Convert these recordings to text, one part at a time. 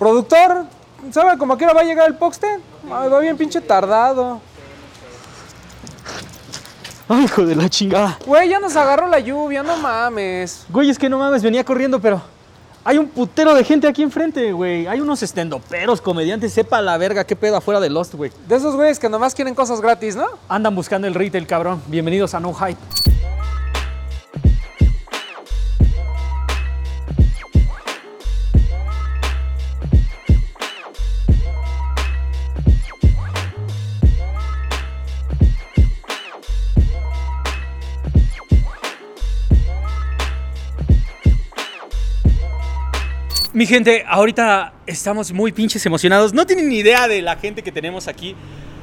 productor, ¿sabe cómo a qué hora va a llegar el poste? Va bien pinche tardado. Ay, hijo de la chingada. Güey, ya nos agarró la lluvia, no mames. Güey, es que no mames, venía corriendo, pero hay un putero de gente aquí enfrente, güey. Hay unos estendoperos, comediantes, sepa la verga qué pedo afuera de Lost, güey. De esos güeyes que nomás quieren cosas gratis, ¿no? Andan buscando el retail, cabrón. Bienvenidos a No Hype. Mi gente, ahorita estamos muy pinches emocionados. No tienen ni idea de la gente que tenemos aquí.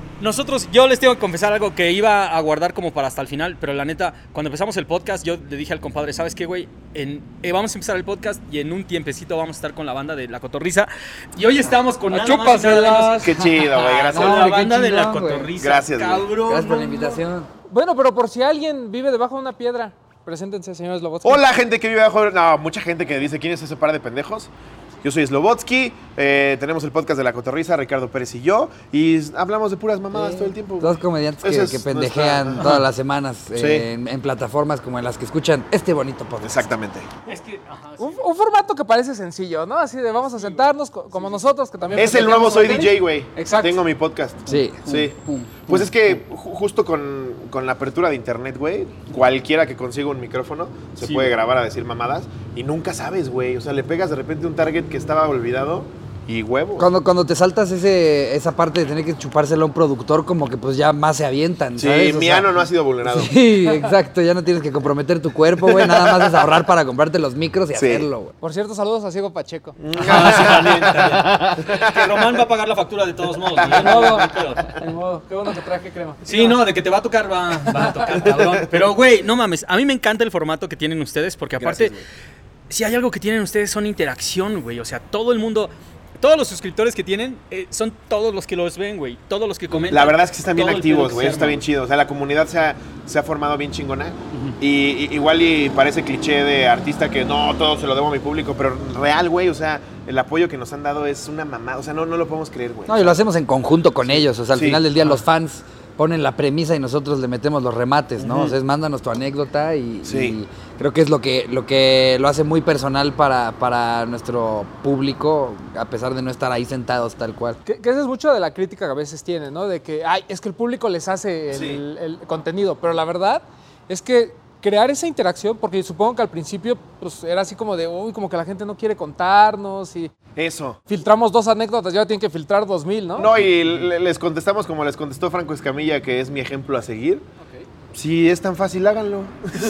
Yo les tengo que confesar algo que iba a guardar como para hasta el final, pero la neta, cuando empezamos el podcast, yo le dije al compadre, ¿sabes qué, güey? Vamos a empezar el podcast y en un tiempecito vamos a estar con la banda de La Cotorrisa. Y hoy estamos con nada más y nada menos. Qué chido, güey, gracias. Con la banda chingón, de La güey. Cotorrisa. Gracias, güey. cabrón. Gracias por la invitación. Bueno, pero por si alguien vive debajo de una piedra, preséntense, señores Slobotsky. Hola, gente que vive abajo. No, mucha gente que dice quién es ese par de pendejos. Yo soy Slobotsky, tenemos el podcast de La Cotorrisa, Ricardo Pérez y yo, y hablamos de puras mamadas todo el tiempo. Dos comediantes Esa que es pendejean nuestra- todas las semanas Sí. en plataformas como en las que escuchan este bonito podcast. Exactamente. Es que, ajá, sí. Un formato que parece sencillo, ¿no? Así de vamos a sentarnos como nosotros, que también... Es el nuevo Soy platicamos DJ, güey. Exacto. Tengo mi podcast. Sí. Sí. Pues es que justo con la apertura de internet, güey, cualquiera que consiga un micrófono se Sí, puede güey. grabar a decir mamadas y nunca sabes, güey. O sea, le pegas de repente un target que estaba olvidado y huevos. Cuando te saltas esa parte de tener que chupárselo a un productor, como que pues ya más se avientan, Sí, ¿sabes? O mi sea, ano no ha sido vulnerado. Sí, exacto, ya no tienes que comprometer tu cuerpo, güey, nada más es ahorrar para comprarte los micros y Sí. hacerlo, güey. Por cierto, saludos a Ciego Pacheco. Ah, sí, también. Que Román va a pagar la factura de todos modos. De ¿no? modo, No hay pedo. de modo. Qué bueno que traje crema. Sí, no, de que te va a tocar, va a tocar, cabrón. Pero, güey, no mames, a mí me encanta el formato que tienen ustedes, porque aparte, Gracias, güey. si hay algo que tienen ustedes son interacción, güey. O sea, todo el mundo, todos los suscriptores que tienen, son todos los que los ven, güey. Todos los que comentan. La verdad es que sí están bien todo el activos, pedo güey. que Eso se está arma. bien chido. O sea, la comunidad se ha formado bien chingona. Y igual y parece cliché de artista que no, todo se lo debo a mi público, pero real, güey. O sea, el apoyo que nos han dado es una mamada. O sea, no lo podemos creer, güey. No, y lo hacemos en conjunto con ellos, o sea, al Sí. final del día los fans ponen la premisa y nosotros le metemos los remates, ¿no? O sea, es mándanos tu anécdota Sí. y creo que es lo que lo hace muy personal para nuestro público, a pesar de no estar ahí sentados tal cual. Que esa es mucho de la crítica que a veces tienen, ¿no? De que, ay, es que el público les hace Sí. el contenido. Pero la verdad es que crear esa interacción, porque supongo que al principio pues, era así como de, uy, como que la gente no quiere contarnos y Eso. filtramos 2 anécdotas, ya tienen que filtrar 2000, ¿no? No, y les contestamos como les contestó Franco Escamilla, que es mi ejemplo a seguir. Si es tan fácil, háganlo.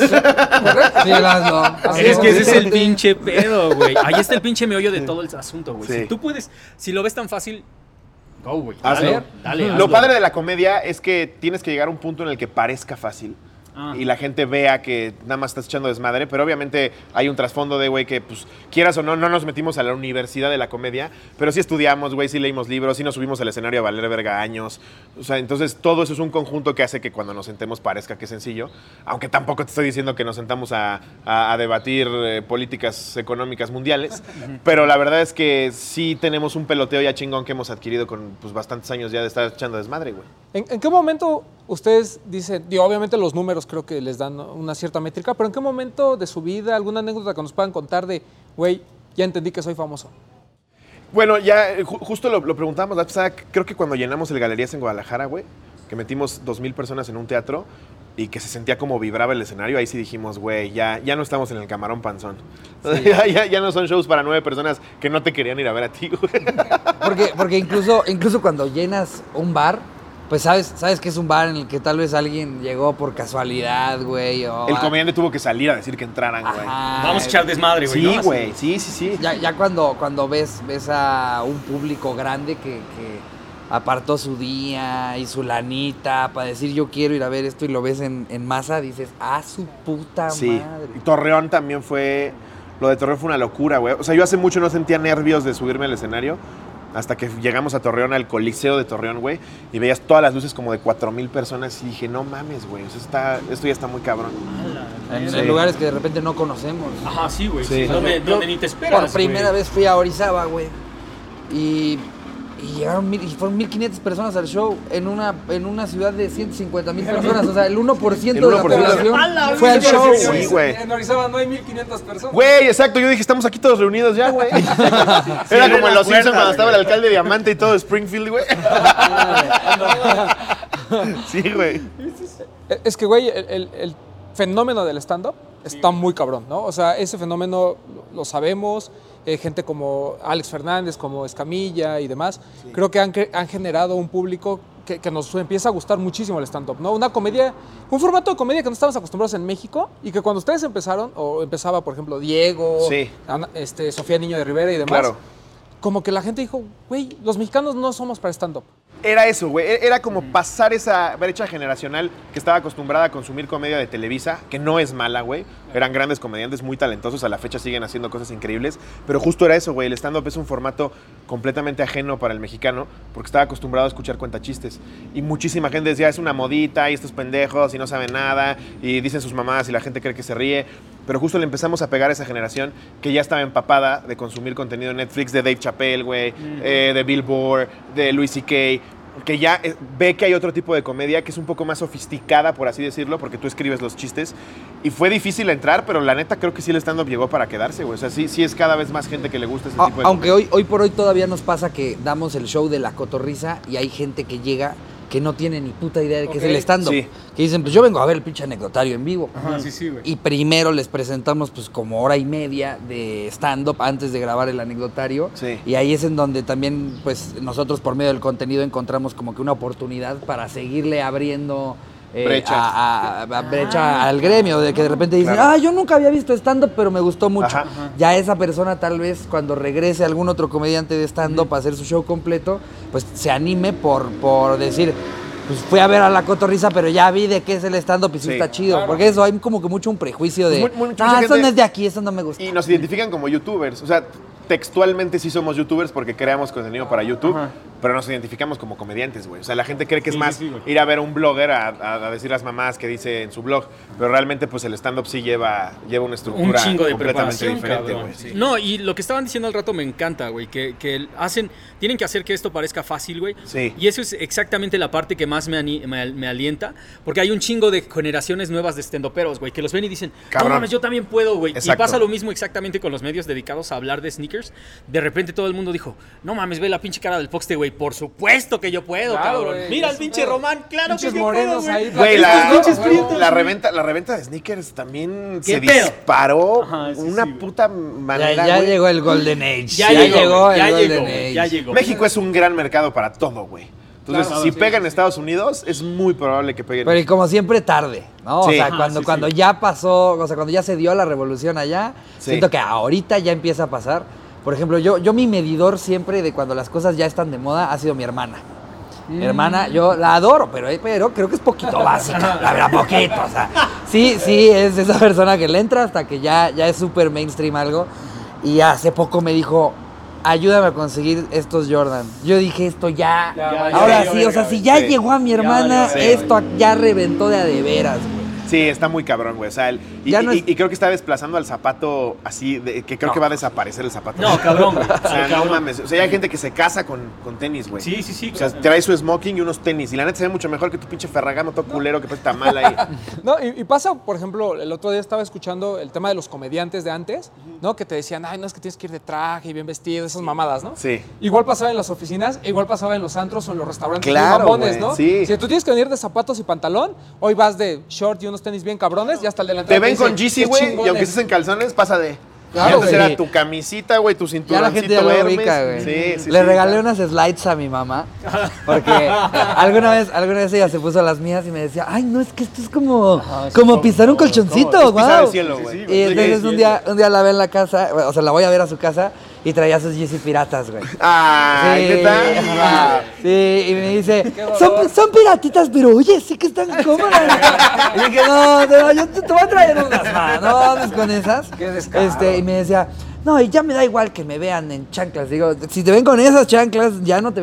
Sí, hazlo. Es que ese es el pinche pedo, güey. Ahí está el pinche meollo de todo el asunto, güey. Sí. Si tú puedes, si lo ves tan fácil, go, güey. Hazlo. Dale, Lo hazlo. padre de la comedia es que tienes que llegar a un punto en el que parezca fácil. Ah. Y la gente vea que nada más estás echando desmadre, pero obviamente hay un trasfondo de, güey, que pues quieras o no, no nos metimos a la universidad de la comedia, pero sí estudiamos, güey, sí leímos libros, sí nos subimos al escenario a valer verga años. O sea, entonces todo eso es un conjunto que hace que cuando nos sentemos parezca que es sencillo, aunque tampoco te estoy diciendo que nos sentamos a debatir políticas económicas mundiales, pero la verdad es que sí tenemos un peloteo ya chingón que hemos adquirido con pues bastantes años ya de estar echando desmadre, güey. ¿En qué momento ustedes dicen, digo, obviamente los números creo que les dan una cierta métrica, pero en qué momento de su vida, alguna anécdota que nos puedan contar de, güey, ya entendí que soy famoso? Bueno, ya justo lo preguntamos la vez pasada, creo que cuando llenamos el Galerías en Guadalajara, güey, que metimos 2,000 personas en un teatro y que se sentía como vibraba el escenario, ahí sí dijimos, güey, ya no estamos en el Camarón Panzón. Ya no son shows para 9 personas que no te querían ir a ver a ti, güey. Porque incluso cuando llenas un bar, pues sabes que es un bar en el que tal vez alguien llegó por casualidad, güey. El comediante tuvo que salir a decir que entraran, güey. Ajá. Vamos a echar desmadre, güey. Sí, ¿no? güey, sí. Ya cuando ves a un público grande que apartó su día y su lanita para decir yo quiero ir a ver esto y lo ves en masa, dices, ¡ah, su puta Sí. madre! Y Torreón también fue... Lo de Torreón fue una locura, güey. O sea, yo hace mucho no sentía nervios de subirme al escenario hasta que llegamos a Torreón, al Coliseo de Torreón, güey, y veías todas las luces como de 4,000 personas y dije, no mames, güey, o sea, esto ya está muy cabrón. En lugares que de repente no conocemos. Ajá, sí, güey. Sí. Sí. Donde ni te esperas, Por primera güey. vez fui a Orizaba, güey. Y llegaron y fueron 1,500 personas al show en una ciudad de 150,000 personas. O sea, el 1% de la población fue al show. Sí, güey. En Orizaba no hay 1,500 personas. Güey, exacto. Yo dije, estamos aquí todos reunidos ya, güey. Era como en Los Simpsons cuando estaba el alcalde Diamante y todo Springfield, güey. Sí, güey. Es que, güey, el fenómeno del stand-up está muy cabrón, ¿no? O sea, ese fenómeno lo sabemos. Gente como Alex Fernández, como Escamilla y demás, creo que han generado un público que nos empieza a gustar muchísimo el stand-up, ¿no? Una comedia, un formato de comedia que no estábamos acostumbrados en México y que cuando ustedes empezaron, o empezaba, por ejemplo, Diego, Ana, Sofía Niño de Rivera y demás, Claro. como que la gente dijo, güey, los mexicanos no somos para stand-up. Era eso, güey. Era como pasar esa brecha generacional que estaba acostumbrada a consumir comedia de Televisa, que no es mala, güey. Eran grandes comediantes muy talentosos, a la fecha siguen haciendo cosas increíbles, pero justo era eso, güey. El stand-up es un formato completamente ajeno para el mexicano, porque estaba acostumbrado a escuchar cuentachistes. Y muchísima gente decía, es una modita, y estos pendejos, y no saben nada, y dicen sus mamás, y la gente cree que se ríe. Pero justo le empezamos a pegar a esa generación que ya estaba empapada de consumir contenido en Netflix de Dave Chappelle, güey, de Bill Burr, de Louis C.K., que ya ve que hay otro tipo de comedia que es un poco más sofisticada, por así decirlo, porque tú escribes los chistes. Y fue difícil entrar, pero la neta creo que sí el stand-up llegó para quedarse, güey. O sea, sí es cada vez más gente que le gusta ese tipo de Aunque comedia. hoy por hoy todavía nos pasa que damos el show de la cotorriza y hay gente que llega que no tiene ni puta idea de qué es el stand-up. Sí. Que dicen, pues yo vengo a ver el pinche anecdotario en vivo. Ajá, sí, güey. Y primero les presentamos pues como hora y media de stand-up antes de grabar el anecdotario. Sí. Y ahí es en donde también pues nosotros por medio del contenido encontramos como que una oportunidad para seguirle abriendo Brecha. brecha al gremio, de que de repente dicen, Claro. yo nunca había visto stand-up, pero me gustó mucho. Ajá. Ya esa persona tal vez cuando regrese algún otro comediante de stand-up a hacer su show completo, pues se anime por decir, pues fui a ver a la cotorriza, pero ya vi de qué es el stand-up y sí Sí, está chido. claro. Porque eso hay como que mucho un prejuicio de, Pues mucha eso gente- no es de aquí, eso no me gusta. Y nos identifican como youtubers. O sea, textualmente sí somos youtubers porque creamos contenido para YouTube, pero nos identificamos como comediantes, güey. O sea, la gente cree que es más ir a ver a un blogger a decir las mamás que dice en su blog, pero realmente pues el stand-up sí lleva una estructura Un chingo de completamente preparación, diferente, cabrón. güey. Sí. No, y lo que estaban diciendo al rato me encanta, güey, que tienen que hacer que esto parezca fácil, güey. Sí. Y eso es exactamente la parte que más me alienta, porque hay un chingo de generaciones nuevas de estendoperos, güey, que los ven y dicen, Cabrón. no mames, yo también puedo, güey. Y Exacto. pasa lo mismo exactamente con los medios dedicados a hablar de sneakers. De repente todo el mundo dijo, no mames, ve la pinche cara del Poxte, güey, por supuesto que yo puedo, Claro, cabrón. güey, Mira es al pinche un pedo. Román, claro Pinches que yo puedo, morenos güey. ahí, Güey, platicando, la reventa de sneakers también ¿Qué se pedo? disparó Ajá, sí, una sí, güey. puta manera, Ya güey. llegó el Golden Age. Ya llegó, el ya Golden llegó, Age. ya llegó. México es un gran mercado para todo, güey. Entonces, Claro, si sí, pega en Estados Unidos, es muy probable que pegue en Pero y México. como siempre tarde, ¿no? Sí. O sea, Ajá, cuando ya pasó, o sea, cuando ya se dio la revolución allá, Sí. siento que ahorita ya empieza a pasar. Por ejemplo, yo mi medidor siempre de cuando las cosas ya están de moda ha sido mi hermana. Mi hermana, yo la adoro, pero creo que es poquito básica, la verdad, poquito, o sea, sí, es esa persona que le entra hasta que ya es súper mainstream algo, y hace poco me dijo, ayúdame a conseguir estos Jordan. Yo dije, esto ya ahora ya, sí, ya, o sea, ya, si ya sí. llegó a mi hermana, sí. esto ya reventó de veras, güey. Sí, está muy cabrón, güey. O sea, Ya no es- y creo que está desplazando al zapato así, que creo que va a desaparecer el zapato. No, cabrón, güey. O sea, no Cabrón. mames. O sea, hay gente que se casa con tenis, güey. Sí, sí, sí. O sea, trae su smoking y unos tenis. Y la neta se ve mucho mejor que tu pinche Ferragamo todo culero que está mal ahí. No, y pasa, por ejemplo, el otro día estaba escuchando el tema de los comediantes de antes, ¿no? Que te decían, ay, no, es que tienes que ir de traje y bien vestido, esas mamadas, ¿no? Sí. Igual pasaba en las oficinas, igual pasaba en los antros o en los restaurantes Claro, muy mamones, güey, ¿no? sí. Si tú tienes que venir de zapatos y pantalón, hoy vas de short y unos tenis bien cabrones, ya hasta el de la entrada Te ven dice, con Yeezy, "Qué güey, y chingones". aunque estés en calzones, pasa de... Claro, Antes güey. era tu camisita, güey, tu Ya la cinturoncito gente ya lo Hermes. ubica, güey. Sí, sí, Le sí. regalé unas slides a mi mamá, porque alguna vez ella se puso las mías y me decía, ay, no, es que esto es como pisar un colchoncito, Es pisar el wow. cielo, güey. Y entonces un día la ve en la casa, o sea, la voy a ver a su casa y traía sus Yeezy piratas, güey. Ay, Sí, ¿neta? ajá. Sí, y me dice, son piratitas, pero oye, sí que están cómodas. Y dije, no, yo te voy a traer unas más, no mames con esas. Qué descaro. Y me decía, no, y ya me da igual que me vean en chanclas. Digo, si te ven con esas chanclas, ya no te ven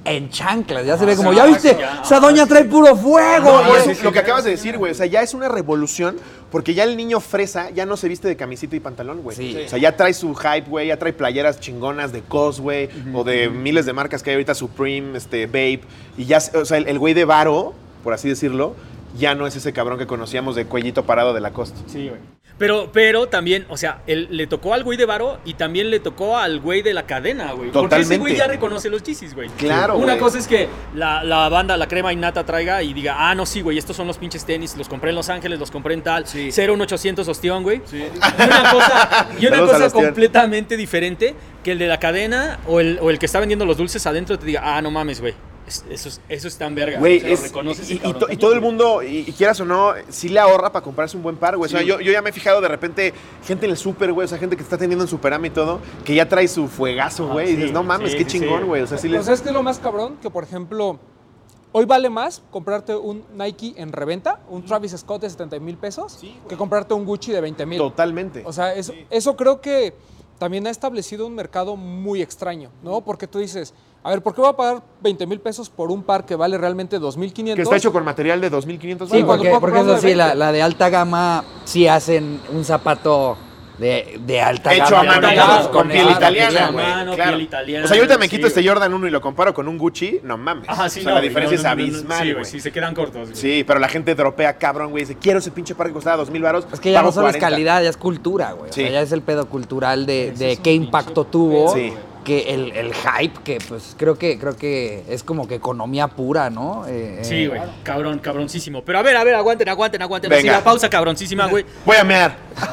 en chanclas. Ya se ve como, ¿ya viste? Esa doña trae puro fuego. No, y eso, lo que acabas de decir, güey, o sea, ya es una revolución porque ya el niño fresa ya no se viste de camisita y pantalón, güey. Sí. O sea, ya trae su hype, güey, ya trae playeras chingonas de COS, güey, o de miles de marcas que hay ahorita, Supreme, Bape, y ya, o sea, el güey de varo, por así decirlo, ya no es ese cabrón que conocíamos de cuellito parado de Lacoste. Sí, güey. Pero también, o sea, él le tocó al güey de varo y también le tocó al güey de la cadena, güey. Porque Totalmente. ese güey ya reconoce los Yeezys, güey. Claro, Una güey. cosa es que la banda, la crema innata traiga y diga, no, sí, güey, estos son los pinches tenis, los compré en Los Ángeles, los compré en tal, 01800 Ostión, güey. Sí. Y una Saludos al cosa Ostión. completamente diferente que el de la cadena o el que está vendiendo los dulces adentro te diga, no mames, güey. Eso es tan verga. Güey, Se lo reconoce ese cabrón. y todo el mundo, y quieras o no, sí le ahorra para comprarse un buen par, güey. O sea, yo ya me he fijado de repente gente en el súper, güey, o sea, gente que está teniendo en Superama y todo, que ya trae su fuegazo, güey. Y dices, no mames, qué chingón, güey. O sea, sí les... Pues es que es lo más cabrón que, por ejemplo, hoy vale más comprarte un Nike en reventa, un Travis Scott de 70,000 pesos, que comprarte un Gucci de 20,000. Totalmente. O sea, eso creo que también ha establecido un mercado muy extraño, ¿no? Porque tú dices, a ver, ¿por qué voy a pagar 20,000 pesos por un par que vale realmente 2,500? Que está hecho con material de 2,500 Sí, baros. porque eso sí, la de alta gama sí hacen un zapato de alta Hecho gama. a mano, Claro, con piel claro, italiana, hecho a güey. mano, Claro. piel italiana, O sea, yo ahorita me sí, quito este güey. Jordan 1 y lo comparo con un Gucci, no mames. Ajá, sí, o sea, no, la güey, diferencia es no, abismal, Sí, güey. güey, sí, se quedan cortos, güey. Sí, pero la gente dropea cabrón, güey. Dice, quiero ese pinche par que costaba 2,000 baros. Es que ya pago no solo es 40. calidad, ya es cultura, güey. Sí. O sea, ya es el pedo cultural de qué impacto tuvo. Sí. Que el hype, que pues creo que es como que economía pura, ¿no? Sí, güey, cabroncísimo. Pero a ver, aguanten. Venga. Así la pausa cabroncísima, güey. Voy a mear.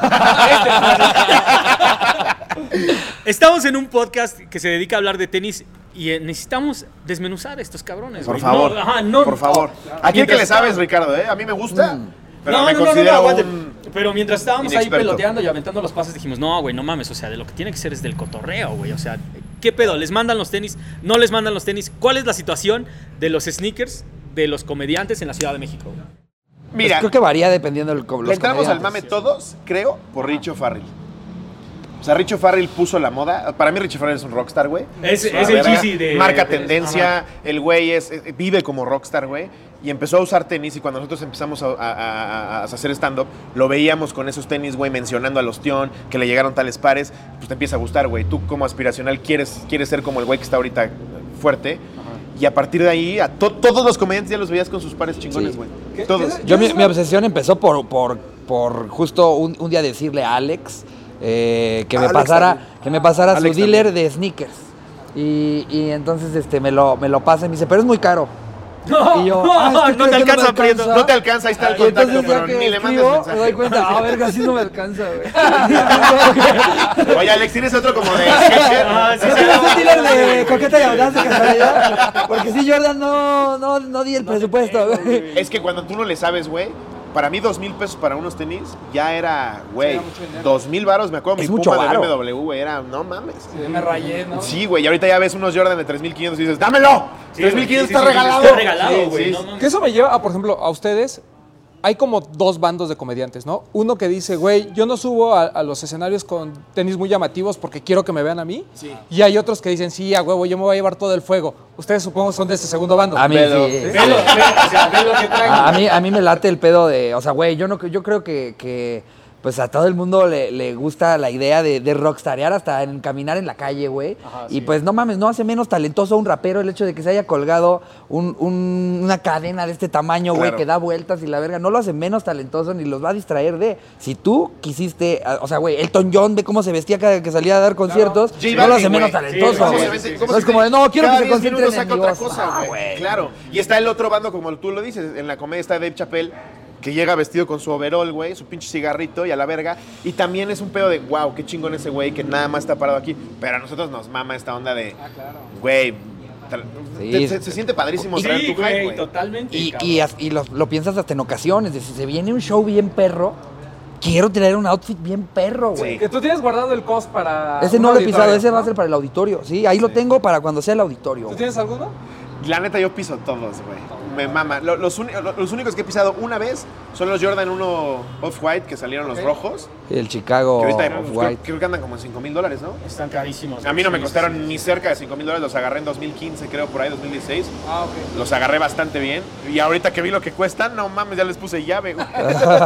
Estamos en un podcast que se dedica a hablar de tenis y necesitamos desmenuzar a estos cabrones, Por güey. favor. Por favor. Aquí el que le sabes, Ricardo, ¿eh? A mí me gusta. Pero me considero aguanten. Pero mientras estábamos ahí inexperto. peloteando y aventando los pases, dijimos, no, güey, no mames, o sea, de lo que tiene que ser es del cotorreo, güey. O sea, ¿qué pedo? ¿Les mandan los tenis? ¿No les mandan los tenis? ¿Cuál es la situación de los sneakers de los comediantes en la Ciudad de México? Mira, creo que varía dependiendo de los le entramos al comediantes. mame todos, creo, por Richo Farrell. O sea, Richo Farrell puso la moda. Para mí Richo Farrell es un rockstar, güey. Es una el verga. Yeezy de... Marca de- tendencia. ajá. El güey vive como rockstar, güey. Y empezó a usar tenis y cuando nosotros empezamos a hacer stand-up, lo veíamos con esos tenis, güey, mencionando al Ostión, que le llegaron tales pares, pues te empieza a gustar, güey. Tú como aspiracional quieres ser como el güey que está ahorita fuerte. Y a partir de ahí, todos los comediantes ya los veías con sus pares chingones, Sí. güey. Todos. Yo mi obsesión empezó por justo un día decirle a Alex que me Alex pasara, también. que me pasara su Alex dealer también. de sneakers. Y entonces me lo pasa y me dice, pero es muy caro. No, Y yo, no te alcanza, Prieto. No te alcanza, ahí está el Y entonces contacto, ya pero que ni le mandes escribo, mensaje. me doy cuenta, verga, así no me alcanza, güey. Oye, Alex, ¿tienes otro como de Ah, sí, ¿No tienes un dealer de coqueta y audaz de casualidad? Porque si Jordan no di el presupuesto, güey. Es que cuando tú no le sabes, güey, para mí 2,000 pesos para unos tenis ya era, güey, era mucho dinero. 2,000 varos, me acuerdo, Es mi mucho Puma de varo. BMW, güey, era, no mames. Sí, me rayé, ¿no? Sí, güey, y ahorita ya ves unos Jordan de 3,500 y dices, ¡dámelo! Sí, 3,500 sí, está sí, regalado. está regalado, Sí, güey. sí. No mames. Que eso me lleva a, por ejemplo, a ustedes. Hay como dos bandos de comediantes, ¿no? Uno que dice, güey, yo no subo a los escenarios con tenis muy llamativos porque quiero que me vean a mí. Sí. Y hay otros que dicen, sí, a huevo, yo me voy a llevar todo el fuego. Ustedes supongo son de ese segundo bando. A mí Pero- sí. Velo, o sea, ve lo que traen. A mí me late el pedo de, o sea, güey, yo creo que pues a todo el mundo le gusta la idea de rockstarear hasta en caminar en la calle, güey. Y pues no mames, no hace menos talentoso a un rapero el hecho de que se haya colgado una cadena de este tamaño, güey, Claro. que da vueltas y la verga. No lo hace menos talentoso ni los va a distraer de. Si tú quisiste, o sea, güey, Elton John ve cómo se vestía cada que salía a dar conciertos, J no lo Balvin, hace menos güey. talentoso, Sí, ¿Cómo güey. se vende? No ¿Cómo se es como de, vende? no, quiero Cada que se 10 minutos concentren en saca mi otra voz. cosa, Ah, güey. Claro. Y está el otro bando, como tú lo dices, en la comedia está Dave Chappelle, que llega vestido con su overall, güey, su pinche cigarrito y a la verga. Y también es un pedo de, wow, qué chingón ese güey que nada más está parado aquí. Pero a nosotros nos mama esta onda de, güey, Sí. se siente padrísimo Sí, traer tu hype, güey, güey. totalmente. Y, cabrón. y lo piensas hasta en ocasiones, de si se viene un show bien perro, quiero traer un outfit bien perro, güey. Que tú tienes guardado el COS para. Ese un no lo he auditorio, pisado, ese va a ¿no? ser para el auditorio, sí, ahí lo tengo para cuando sea el auditorio. ¿Tú tienes alguno? La neta, yo piso todos, güey. Me mama. Los únicos que he pisado una vez son los Jordan 1 Off-White, que salieron los rojos. El Chicago Que ahorita Off-White. creo que andan como en $5,000, ¿no? Están carísimos. A mí no me Sí, costaron sí, sí. ni cerca de $5,000. Los agarré en 2015, creo, por ahí, 2016. Ah, ok. Los agarré bastante bien. Y ahorita que vi lo que cuestan, no mames, ya les puse llave, güey.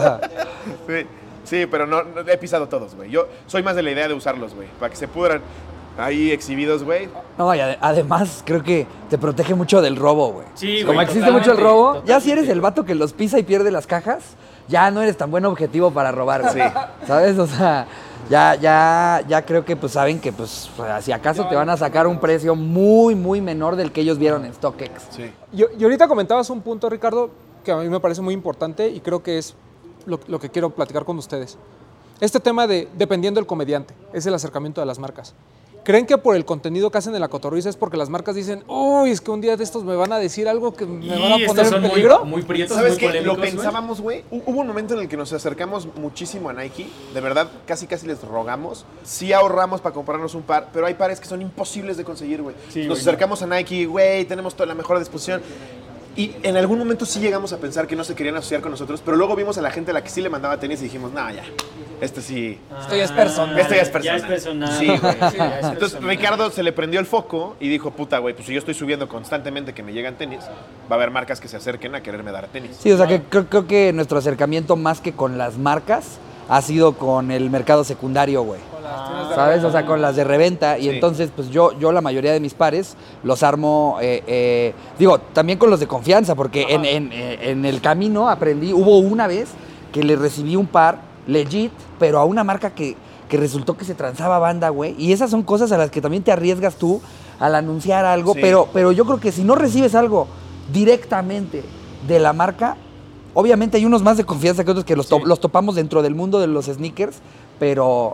Sí, pero no he pisado todos, güey. Yo soy más de la idea de usarlos, güey. Para que se pudran ahí exhibidos, güey. No, y además creo que te protege mucho del robo, güey. Sí, Como güey, existe mucho el totalmente, robo, ya si eres el vato que los pisa y pierde las cajas, ya no eres tan buen objetivo para robar, güey. Sí. ¿Sabes? O sea, ya creo que pues saben que pues si acaso te van a sacar un precio muy, muy menor del que ellos vieron en StockX. Sí. Y ahorita comentabas un punto, Ricardo, que a mí me parece muy importante y creo que es lo que quiero platicar con ustedes. Este tema de dependiendo del comediante, es el acercamiento de las marcas. ¿Creen que por el contenido que hacen en la cotorriza es porque las marcas dicen, uy, es que un día de estos me van a decir algo que me van a Y poner estos en son peligro? muy prietos, ¿Sabes muy qué? polémicos, Lo güey. pensábamos, güey. Hubo un momento en el que nos acercamos muchísimo a Nike. De verdad, casi les rogamos. Sí ahorramos para comprarnos un par, pero hay pares que son imposibles de conseguir, güey. Sí, nos güey, acercamos a Nike, güey, tenemos toda la mejor disposición. Y en algún momento sí llegamos a pensar que no se querían asociar con nosotros, pero luego vimos a la gente a la que sí le mandaba tenis y dijimos, no, ya, este sí... Esto ya es personal. Esto ya es personal. Ya es personal. Sí, güey. ya es Entonces personal. Ricardo se le prendió el foco y dijo, puta, güey, pues si yo estoy subiendo constantemente que me llegan tenis, va a haber marcas que se acerquen a quererme dar tenis. Sí, o sea que creo que nuestro acercamiento más que con las marcas ha sido con el mercado secundario, güey. Con las tiendas de ¿Sabes? reventa. O sea, con las de reventa. Y Sí. entonces, pues yo la mayoría de mis pares los armo, digo, también con los de confianza, porque en el camino aprendí, hubo una vez que le recibí un par legit, pero a una marca que resultó que se transaba banda, güey. Y esas son cosas a las que también te arriesgas tú al anunciar algo, Sí. pero yo creo que si no recibes algo directamente de la marca, obviamente hay unos más de confianza que otros que los topamos dentro del mundo de los sneakers, pero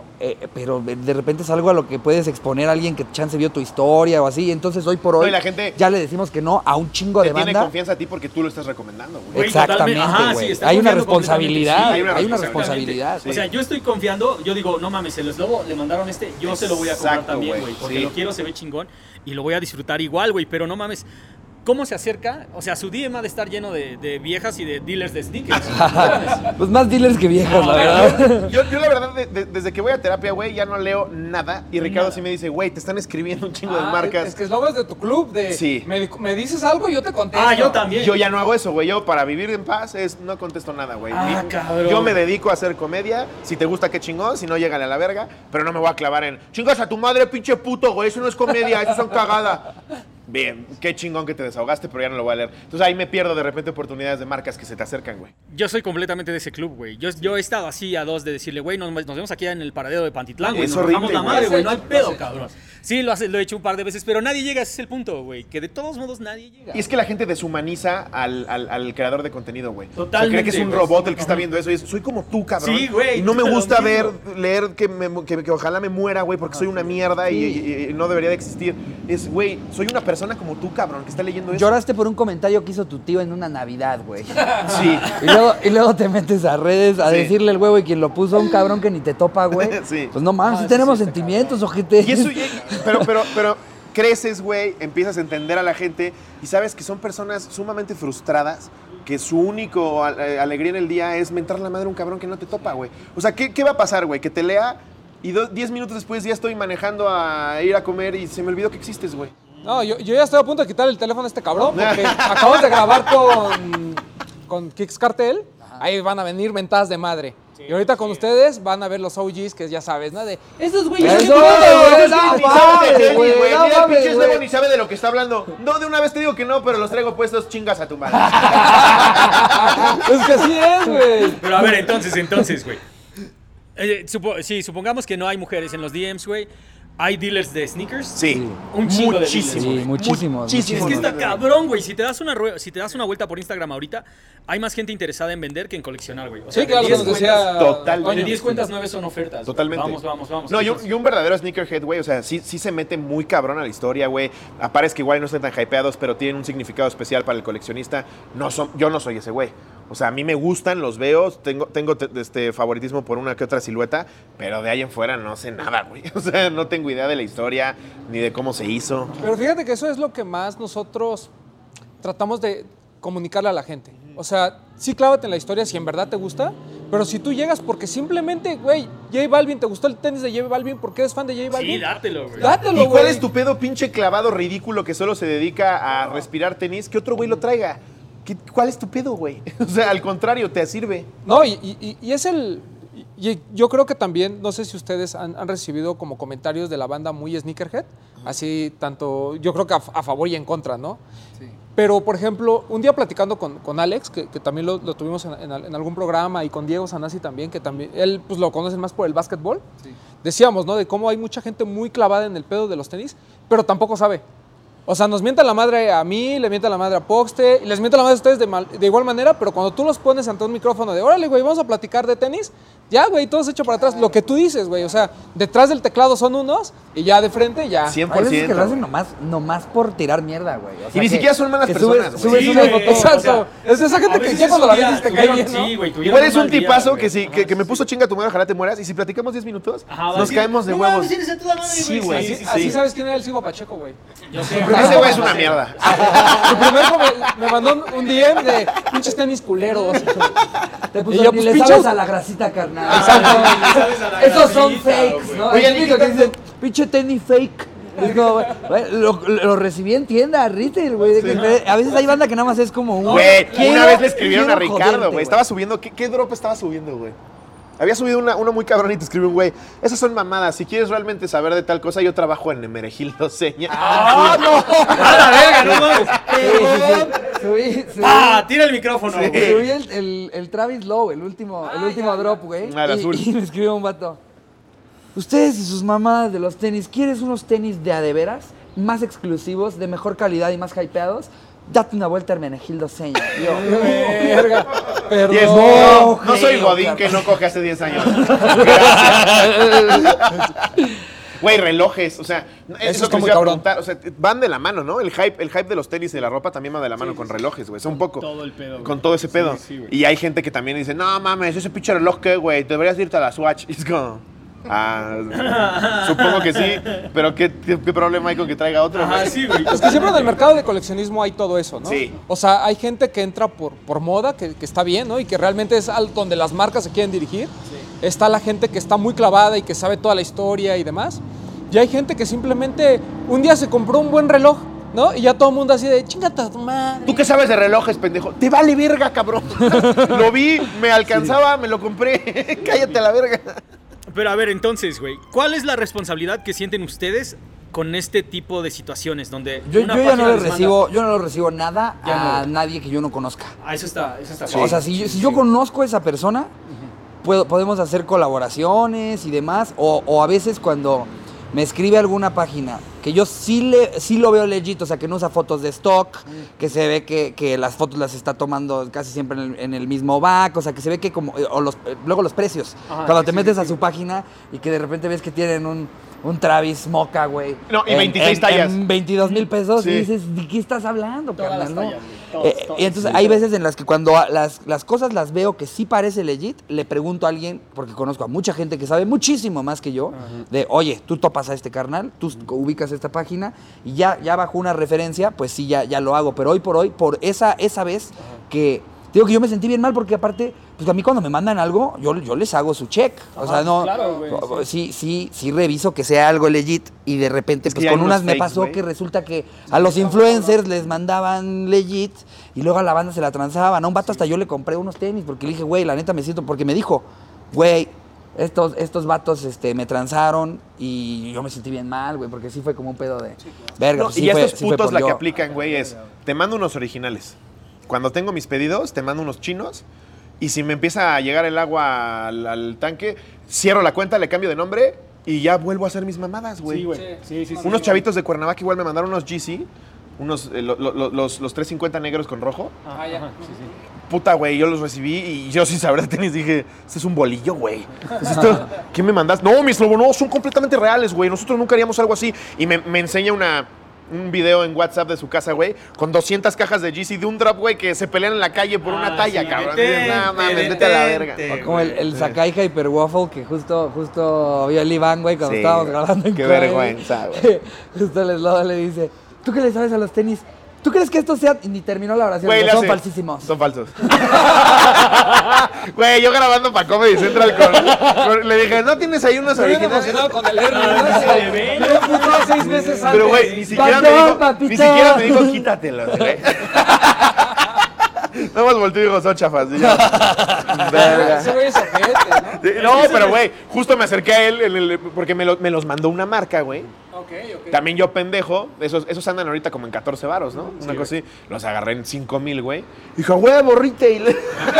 de repente es algo a lo que puedes exponer a alguien que chance vio tu historia o así. Entonces hoy por No, hoy y la gente ya le decimos que no a un chingo te de tiene banda. confianza a ti porque tú lo estás recomendando, güey. Güey, Exactamente, totalmente. Ajá, güey. sí, está Hay una confiando completamente, responsabilidad, sí, hay una responsabilidad. Sí. O sea, yo estoy confiando, yo digo, no mames, el Slobo le mandaron yo se lo voy a comprar Exacto, también, güey, güey, porque sí. lo quiero, se ve chingón y lo voy a disfrutar igual, güey, pero no mames. ¿Cómo se acerca? O sea, su DM ha de estar lleno de viejas y de dealers de sneakers. Pues más dealers que viejas, No, la verdad. Yo la verdad, desde que voy a terapia, güey, ya no leo nada. Y Ricardo Nada. sí me dice, güey, te están escribiendo un chingo de Ah, marcas. Es que es lo de tu club, de Sí. me dices algo y yo te contesto. Ah, yo también. Yo ya no hago eso, güey. Yo para vivir en paz no contesto nada, güey. Ah, cabrón. Yo me dedico a hacer comedia. Si te gusta, qué chingón. Si no, llégale a la verga. Pero no me voy a clavar en chingas a tu madre, pinche puto, güey. Eso no es comedia, eso son cagada. Bien, qué chingón que te desahogaste, pero ya no lo voy a leer. Entonces ahí me pierdo de repente oportunidades de marcas que se te acercan, güey. Yo soy completamente de ese club, güey. Yo he estado así a dos de decirle, güey, nos vemos aquí en el paradero de Pantitlán, güey. Es Nos bajamos horrible, la güey. madre, güey. Lo No has hay hecho, pedo, lo has cabrón. Sí, lo he hecho un par de veces, pero nadie llega, ese es el punto, güey. Que de todos modos nadie llega. Y es que la gente deshumaniza al creador de contenido, güey. Totalmente, O sea, cree que es un güey. robot el que está viendo eso. Y es, soy como tú, cabrón. Sí, güey, Y no me lo gusta mismo. leer que ojalá me muera, güey, porque soy una mierda y no debería de existir. Es, güey, soy una persona como tú, cabrón, que está leyendo eso. Lloraste por un comentario que hizo tu tío en una Navidad, güey. Sí. Y luego te metes a redes a Sí. decirle el huevo y quien lo puso a un cabrón que ni te topa, güey. Sí. Pues no mames, sí tenemos sentimientos, ojete. Y eso, pero creces, güey, empiezas a entender a la gente y sabes que son personas sumamente frustradas, que su único alegría en el día es mentar la madre a un cabrón que no te topa, güey. O sea, ¿qué va a pasar, güey? Que te lea y 10 minutos después ya estoy manejando a ir a comer y se me olvidó que existes, güey. No, yo ya estoy a punto de quitar el teléfono a este cabrón porque acabamos de grabar con Kix Cartel. Ahí van a venir mentadas de madre. Y ahorita con ustedes van a ver los OGs, que ya sabes, ¿no? De esos güeyes. Eso, son güey, putos, no Ni sabe de mames, tenis, güey, no Mira, el mames, pinche güey. Slobo ni sabe de lo que está hablando. No, de una vez te digo que no, pero los traigo puestos, chingas a tu madre. Es que así es, güey. Pero a ver, entonces, güey. Supongamos que no hay mujeres en los DMs, güey. ¿Hay dealers de sneakers? Sí. Un chingo de Muchísimo. Sí, muchísimos. Es que está cabrón, güey. Si te das una vuelta por Instagram ahorita, hay más gente interesada en vender que en coleccionar, güey. O sea, Sí, claro, de que 10 nos cuentas- decía. Totalmente. de 10 cuentas 9 son ofertas. güey. Totalmente. Vamos. No, y Entonces, un verdadero sneakerhead, güey, o sea, sí se mete muy cabrón a la historia, güey. Aparece que igual no están tan hypeados, pero tienen un significado especial para el coleccionista. Yo no soy ese güey. O sea, a mí me gustan, los veo, tengo favoritismo por una que otra silueta, pero de ahí en fuera no sé nada, güey. O sea, no tengo idea de la historia, ni de cómo se hizo. Pero fíjate que eso es lo que más nosotros tratamos de comunicarle a la gente. O sea, sí clávate en la historia si en verdad te gusta, pero si tú llegas porque simplemente, güey, J Balvin, ¿te gustó el tenis de J Balvin? ¿Por qué eres fan de J Balvin? Sí, dátelo, güey. Dátelo, ¿Y cuál güey. es tu pedo pinche clavado ridículo que solo se dedica a respirar tenis? Que otro güey lo traiga. ¿Cuál es tu pedo, güey? O sea, al contrario, te sirve. No, y es el... Y yo creo que también, no sé si ustedes han recibido como comentarios de la banda muy sneakerhead, así tanto, yo creo que a favor y en contra, ¿no? Sí. Pero, por ejemplo, un día platicando con Alex, que también lo tuvimos en algún programa, y con Diego Sanasi también, que también, él pues lo conocen más por el básquetbol, Sí. decíamos, ¿no? De cómo hay mucha gente muy clavada en el pedo de los tenis, pero tampoco sabe. O sea, nos mientan la madre a mí, le mientan la madre a Poxte, y les mientan la madre a ustedes de igual manera, pero cuando tú los pones ante un micrófono de, órale, güey, vamos a platicar de tenis, ya, güey, todo se echa para atrás. Lo que tú dices, güey, o sea, detrás del teclado son unos, y ya de frente, ya. 100%. Hay veces que lo hacen nomás por tirar mierda, güey. O sea, Y ni que- siquiera son malas que personas, Subes, güey. subes Sí, una güey, foto. Exacto. o sea, Es esa gente a que veces ya cuando la tuvieron- ves te cae bien, ¿no? Sí, güey, tuvieron Igual es un mal día, tipazo güey. que, sí, que me puso chinga tu madre, ojalá te mueras. Y si platicamos 10 minutos, Ajá, va a nos decir, caemos de "No huevos. mames, eres a toda madre, Sí, güey. Así, Sí. así sabes quién era el Sigo Pacheco, güey. Yo sé, Ese güey es una mierda. Su primer me mandó un DM de pinches tenis culeros. Te Y puso, yo, ni pues, le pinche- sabes a la grasita, carnal. sabes a la Esos son grasita, fakes, güey. ¿no? Oye, Es el típico ni que tanto- dicen, pinche tenis fake. Es como, güey, lo recibí en tienda, retail, güey. A veces hay banda que nada más es como un... Güey, quiero- una vez le escribieron a quiero Ricardo, joderte, güey. Estaba subiendo, ¿qué drop estaba subiendo, güey? Había subido uno muy cabrón y te escribió un güey. Esas son mamadas. Si quieres realmente saber de tal cosa, yo trabajo en Emeregildo Seña. ¡Ah, no! ¡A la verga, no mames! Subí ¡Ah! Tira el micrófono, güey. subí el Travis Lowe, el último drop, güey. Ah, el azul. Y me escribió un vato. Ustedes y sus mamadas de los tenis, ¿quieres unos tenis de a de veras? Más exclusivos, de mejor calidad y más hypeados. Date una vuelta a Hermenegildo Seña. Y yo, Verga. Perdón. Y es, No, no soy creo, Godín cabrón. que no coge hace 10 años. Güey, relojes, o sea, es lo está que les muy iba a cabrón. preguntar, o sea, van de la mano, ¿no? El hype de los tenis y de la ropa también va de la mano con relojes, güey, es un poco. todo el pedo, güey. Con todo ese pedo. Sí, güey. Y hay gente que también dice, no mames, ese pinche reloj qué, güey, deberías irte a la Swatch. Y es como, supongo que sí, pero ¿qué problema hay con que traiga otro? Ajá, güey? sí, güey. Es que siempre en el mercado de coleccionismo hay todo eso, ¿no? Sí. O sea, hay gente que entra por moda, que está bien, ¿no? Y que realmente es donde las marcas se quieren dirigir. Está la gente que está muy clavada y que sabe toda la historia y demás. Y hay gente que simplemente un día se compró un buen reloj, ¿no? Y ya todo el mundo así de, chingate a tu madre. ¿Tú qué sabes de relojes, pendejo? Te vale verga, cabrón. Lo vi, me alcanzaba, me lo compré. Cállate a la verga. Pero a ver, entonces, güey, ¿cuál es la responsabilidad que sienten ustedes con este tipo de situaciones donde yo una ya no página le les manda- recibo, yo no le recibo nada Ya a no. nadie que yo no conozca. Ah, eso está O sea, si yo conozco a esa persona, podemos hacer colaboraciones y demás. O a veces cuando me escribe alguna página que yo sí lo veo legit, o sea, que no usa fotos de stock, que se ve que las fotos las está tomando casi siempre en el mismo back, o sea, que se ve que como... luego los precios. Ajá, cuando sí, te sí, metes sí, a sí. su página y que de repente ves que tienen un Travis Mocha, güey. No, y 26 tallas. En 22,000 pesos Sí. y dices, ¿de qué estás hablando, Todas las carnal? ¿no? tallas, güey. Todas, Y entonces sí, hay todas. veces en las que cuando las cosas las veo que sí parece legit, le pregunto a alguien, porque conozco a mucha gente que sabe muchísimo más que yo, de, oye, tú topas a este carnal, tú ubicas esta página, y ya bajo una referencia, pues sí, ya lo hago. Pero hoy, por esa vez que... Digo que yo me sentí bien mal porque aparte, pues a mí cuando me mandan algo, yo les hago su check. O sea, no... claro, güey, Sí reviso que sea algo legit y de repente, Es que pues ya hay con unos unas me fakes, pasó güey. que resulta que a los influencers les mandaban legit y luego a la banda se la transaban. A un vato hasta yo le compré unos tenis porque le dije, güey, la neta me siento... Porque me dijo, güey, estos vatos me transaron y yo me sentí bien mal, güey, porque sí fue como un pedo de... Verga, No, pues, y sí fue- estos sí fue putos por la que yo. aplican, güey, es, te mando unos originales. Cuando tengo mis pedidos, te mando unos chinos. Y si me empieza a llegar el agua al tanque, cierro la cuenta, le cambio de nombre y ya vuelvo a hacer mis mamadas, güey. Sí, güey. Sí, sí, sí. Unos chavitos de Cuernavaca igual me mandaron unos GC, los 350 negros con rojo. Ah, ya. Sí, sí. Puta, güey, yo los recibí y yo sin saber de tenis dije, este es un bolillo, güey. ¿Qué me mandas? No, mis lobo, no, son completamente reales, güey. Nosotros nunca haríamos algo así. Y me enseña un video en WhatsApp de su casa, güey, con 200 cajas de GC de un drop, güey, que se pelean en la calle por una talla, sí, cabrón. detente, No mames, vete a la verga. detente. Como el Sakai Hyper Waffle que justo vio el Iván, güey, cuando Sí, estábamos güey. grabando en Qué Clave. vergüenza, güey. Justo el eslobo le dice, ¿tú qué le sabes a los tenis? ¿Tú crees que esto sea... Ni terminó la oración, Güey, pero le son hace- falsísimos. Son falsos. Güey, yo grabando para Comedy Central le dije, ¿no tienes ahí unos Estoy bien originales? emocionado con el Ernie, ¿no? de ver. Me lo puso 6 meses antes. Pero, güey, ni siquiera Papito. ni siquiera me dijo, quítatelos, güey. Nada más volteé y digo, son chafas. Y yo, verga. Ese güey es ojete, ¿no? Sí, no, pero, güey, justo me acerqué a él porque me los mandó una marca, güey. Ok. También yo, pendejo, esos andan ahorita como en 14 varos, ¿no? Una cosa así. Los agarré en 5,000, güey. Dijo, huevo, retail.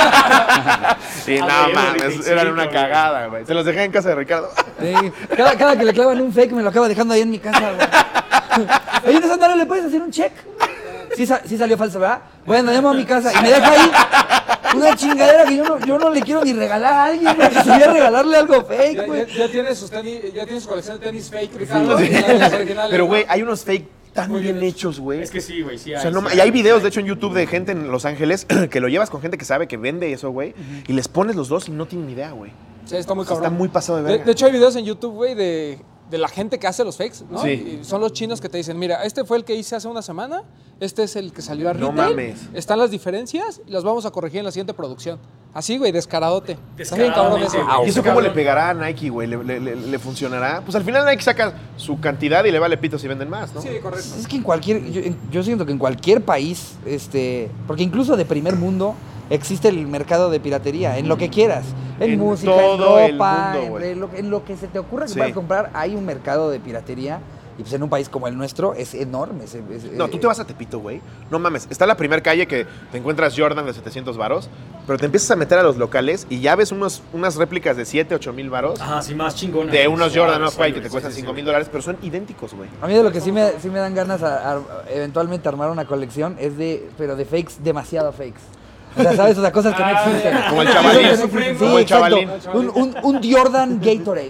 Sí, no güey, mames, retailcito, eran una güey. cagada, güey. Se los dejé en casa de Ricardo. Sí. Cada que le clavan un fake me lo acaba dejando ahí en mi casa, güey. Oye, ¿de Sandra le puedes hacer un check? Sí, sí salió falso, ¿verdad? Bueno, llamo a mi casa y me deja ahí una chingadera que yo no le quiero ni regalar a alguien, güey. Quisiera regalarle algo fake, güey. Ya tiene sus tenis, ya tiene su colección de tenis fake, Ricardo. y las originales, Pero, ¿no? güey, hay unos fake tan Muy bien bien hechos, güey. Es que sí, güey, sí. O sea, y hay videos, de hecho, en YouTube de gente en Los Ángeles que lo llevas con gente que sabe que vende eso, güey, y les pones los dos y no tienen ni idea, güey. Sí, está muy O sea, cabrón. está muy pasado de verga. De hecho, hay videos en YouTube, güey, de la gente que hace los fakes, ¿no? Sí. Y son los chinos que te dicen, mira, este fue el que hice hace una semana, este es el que salió a No retail, mames. están las diferencias y las vamos a corregir en la siguiente producción. Así, güey, descaradote. Está bien cabrón Descaradamente, eso. güey. ¿Y eso cómo le pegará a Nike, güey? ¿Le funcionará? Pues al final Nike saca su cantidad y le vale pito si venden más, ¿no? Sí, correcto. Es que en cualquier, yo siento que en cualquier país, porque incluso de primer mundo existe el mercado de piratería, en lo que quieras, en En música, todo en el ropa, mundo, güey. en lo que se te ocurra que Sí. puedas comprar, hay un mercado de piratería. Y pues en un país como el nuestro es enorme. No, tú te vas a Tepito, güey. No mames. Está la primera calle que te encuentras Jordan de 700 varos, pero te empiezas a meter a los locales y ya ves unas réplicas de 7, 8 mil varos Ajá, sí, más chingona. de unos Jordan Sí, Off-White que güey, te cuestan sí, sí, 5 mil sí. dólares, pero son idénticos, güey. A mí de lo que sí me dan ganas eventualmente armar una colección es pero de fakes, demasiado fakes. O sea, ¿sabes? O sea, cosas que no existen. Como el chavalín. Cosas que no existen. Como Sí, el exacto. chavalín. Un Jordan Gatorade.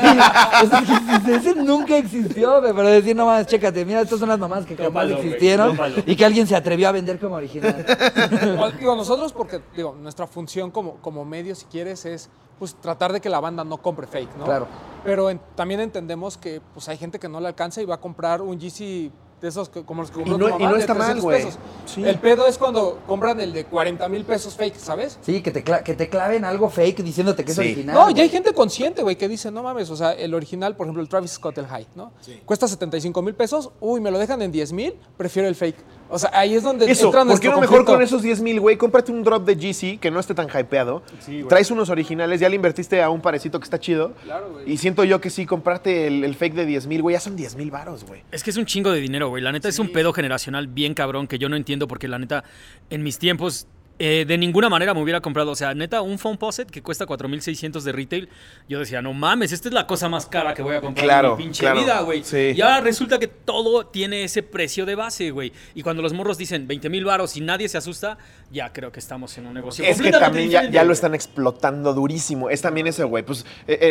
Así, ese nunca existió, güey, pero decir, no mames, chécate, mira, estas son las mamás que jamás Tómalo, güey, existieron tómalo. y que alguien se atrevió a vender como original. Digo, nosotros porque, digo, nuestra función como medio, si quieres, es pues tratar de que la banda no compre fake, ¿no? Claro. Pero también entendemos que pues hay gente que no le alcanza y va a comprar un Yeezy de esos como los que compró Y no- tu y mamá, no de está mal, 300 güey. pesos. Sí. El pedo es cuando compran el de 40,000 pesos fake, ¿sabes? Sí, que te claven algo fake diciéndote que es Sí. original. No, güey. ya hay gente consciente, güey, que dice, no mames, o sea, el original, por ejemplo, el Travis Scott, el High, ¿no? Cuesta 75,000 pesos, uy, me lo dejan en 10,000, prefiero el fake. O sea, ahí es donde Eso, entra ¿por qué nuestro no mejor conflicto. con esos 10,000, güey? Cómprate un drop de GC que no esté tan hypeado. Sí, güey. Traes unos originales, ya le invertiste a un parecito que está chido. Claro, güey. Y siento yo que sí, comprarte el fake de 10,000, güey, ya son 10,000 varos, güey. Es que es un chingo de dinero, güey. La neta es un pedo generacional bien cabrón que yo no entiendo porque la neta, en mis tiempos, de ninguna manera me hubiera comprado. O sea, neta, un phone poset que cuesta 4,600 de retail. Yo decía, no mames, esta es la cosa más cara que voy a comprar Claro, en mi pinche claro. vida, güey. Sí. Y ahora resulta que todo tiene ese precio de base, güey. Y cuando los morros dicen 20,000 varos y nadie se asusta, ya creo que estamos en un negocio. Es que completamente también ya diferente, lo güey. están explotando durísimo. Es también ese, güey. Pues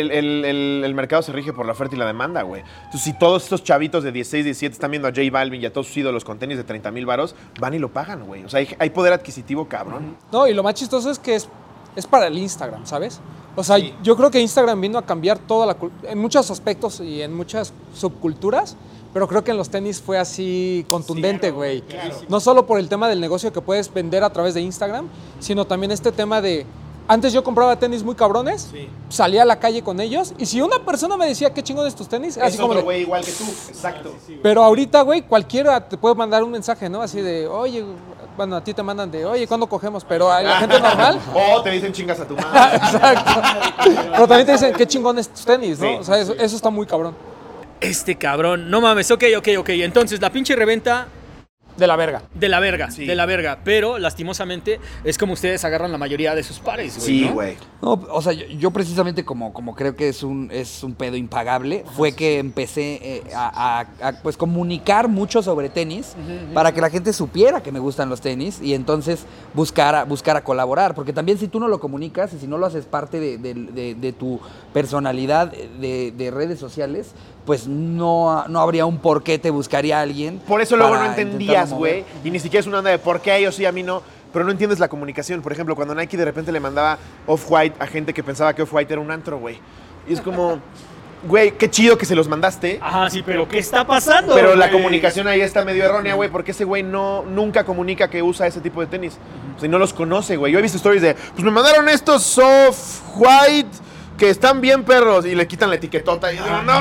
el mercado se rige por la oferta y la demanda, güey. Entonces, si todos estos chavitos de 16, 17 están viendo a J Balvin y a todos sus ídolos con tenis de 30,000 varos, van y lo pagan, güey. O sea, hay poder adquisitivo, cabrón. No, y lo más chistoso es que es para el Instagram, ¿sabes? O sea, yo creo que Instagram vino a cambiar toda en muchos aspectos y en muchas subculturas, pero creo que en los tenis fue así contundente, güey. No solo por el tema del negocio que puedes vender a través de Instagram, sino también este tema de... Antes yo compraba tenis muy cabrones, salía a la calle con ellos, y si una persona me decía qué chingón es tus tenis, así como de, güey igual que tú. Exacto. pero ahorita, güey, cualquiera te puede mandar un mensaje, ¿no? Así de, oye, bueno, a ti te mandan de, oye, ¿cuándo cogemos? Pero a la gente normal, O te dicen chingas a tu madre. exacto. Pero también te dicen, qué chingón es tus tenis, ¿no? Sí, O sea, eso está muy cabrón. Este cabrón, no mames, ok. Entonces, la pinche reventa De la verga. de la verga, Sí. de la verga. Pero, lastimosamente, es como ustedes agarran la mayoría de sus pares, güey. Sí, ¿no? güey. No, o sea, yo precisamente como creo que es un pedo impagable, fue que empecé pues comunicar mucho sobre tenis para que la gente supiera que me gustan los tenis y entonces buscar a colaborar. Porque también si tú no lo comunicas y si no lo haces parte de tu personalidad de redes sociales, pues no habría un por qué te buscaría alguien. Por eso luego para no intentarlo entendías, mover. güey. Y ni siquiera es una onda de por qué a ellos sí, a mí no. Pero no entiendes la comunicación. Por ejemplo, cuando Nike de repente le mandaba Off-White a gente que pensaba que Off-White era un antro, güey. Y es como, güey, qué chido que se los mandaste. Ajá, sí, pero ¿qué está pasando? Pero la güey? comunicación ahí está medio errónea, güey, porque ese güey nunca comunica que usa ese tipo de tenis. O sea, y no los conoce, güey. Yo he visto stories de, pues me mandaron estos soft white que están bien perros y le quitan la etiquetota y yo digo,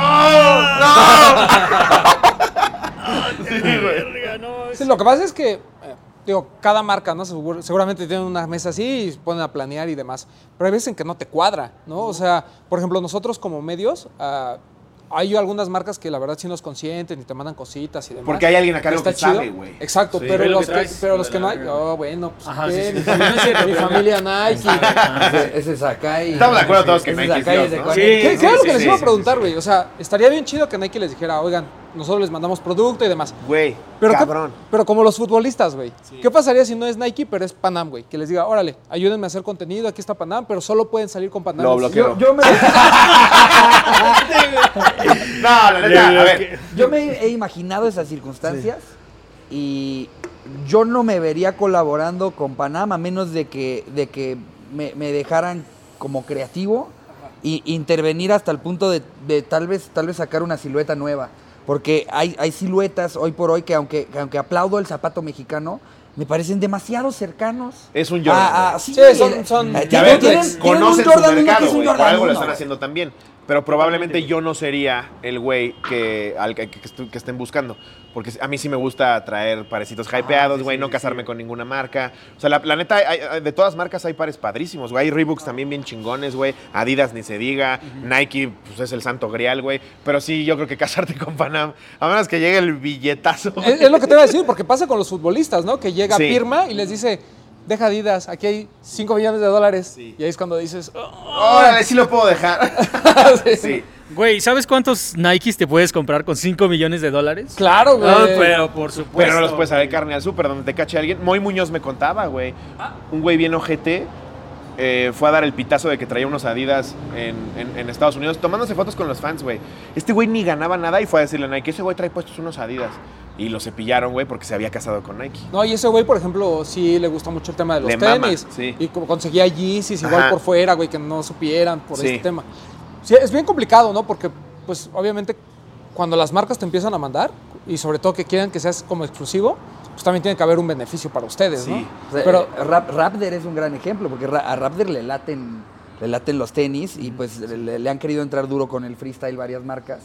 ¡no! Sí, verga, no. Sí, lo que pasa es que, digo, cada marca, ¿no? Seguramente tienen una mesa así y se ponen a planear y demás. Pero hay veces en que no te cuadra, ¿no? O sea, por ejemplo, nosotros como medios, hay algunas marcas que la verdad sí nos consienten y te mandan cositas y demás. Porque hay alguien acá Está que chido. sabe, güey. Exacto, Sí. pero, Ve lo los que que, traes, pero los de que la no hay, verga. oh, bueno, pues Ajá, ¿qué? sí, Mi sí. familia- mi familia Nike. Ese Sakai. Estamos de acuerdo todos que Ese Nike es Sakai Dios, es de ¿no? Juan. Sí, ¿Qué era lo que les sí, iba a sí, preguntar, sí, güey? O sea, estaría bien chido que Nike les dijera, oigan, nosotros les mandamos producto y demás. Güey, Pero, cabrón. pero como los futbolistas, güey. ¿Qué pasaría si no es Nike, pero es Panam, güey? Que les diga, órale, ayúdenme a hacer contenido, aquí está Panam, pero solo pueden salir con Panam. Lo bloqueo. Yo me, No, la neta, a ver. yo me he imaginado esas circunstancias y yo no me vería colaborando con Panam a menos de que me dejaran como creativo e intervenir hasta el punto de tal vez sacar una silueta nueva. Porque hay siluetas hoy por hoy que aunque aplaudo el zapato mexicano, me parecen demasiado cercanos. Es un Jordan. Sí, Sí, son- Y a ver, tienen un conocen su Jordan uno que mercado, es un güey. Por Jordan algo lo uno. están haciendo también. Pero probablemente yo no sería el güey que estén buscando. Porque a mí sí me gusta traer parecitos hypeados, güey, no casarme con ninguna marca. O sea, la neta, de todas marcas hay pares padrísimos, güey. Hay Reeboks también bien chingones, güey. Adidas ni se diga. Nike, pues es el santo grial, güey. Pero sí, yo creo que casarte con Panam, a menos que llegue el billetazo. Es lo que te iba a decir, porque pasa con los futbolistas, ¿no? Que llega Sí. Pirma y les dice, deja Adidas, aquí hay $5 millones. Sí. Y ahí es cuando dices, Órale, sí lo puedo dejar. Sí. Güey, ¿sabes cuántos Nikes te puedes comprar con $5 millones? claro, güey. No, pero por supuesto. Pero no los puedes saber carne al súper donde te cache alguien. Moy Muñoz me contaba, güey. Un güey bien ojete fue a dar el pitazo de que traía unos Adidas en Estados Unidos, tomándose fotos con los fans, güey. Este güey ni ganaba nada y fue a decirle a Nike, ese güey trae puestos unos Adidas. Y lo cepillaron, güey, porque se había casado con Nike. No, y ese güey, por ejemplo, sí le gusta mucho el tema de los Le mama, tenis. sí. Y como conseguía Yeezys igual Ajá. por fuera, güey, que no supieran por Sí. este tema. Sí, es bien complicado, ¿no? Porque, pues, obviamente, cuando las marcas te empiezan a mandar, y sobre todo que quieran que seas como exclusivo, pues también tiene que haber un beneficio para ustedes, Sí. ¿no? O sea, Pero, Raptor es un gran ejemplo, porque a Raptor le laten los tenis y pues le han querido entrar duro con el freestyle varias marcas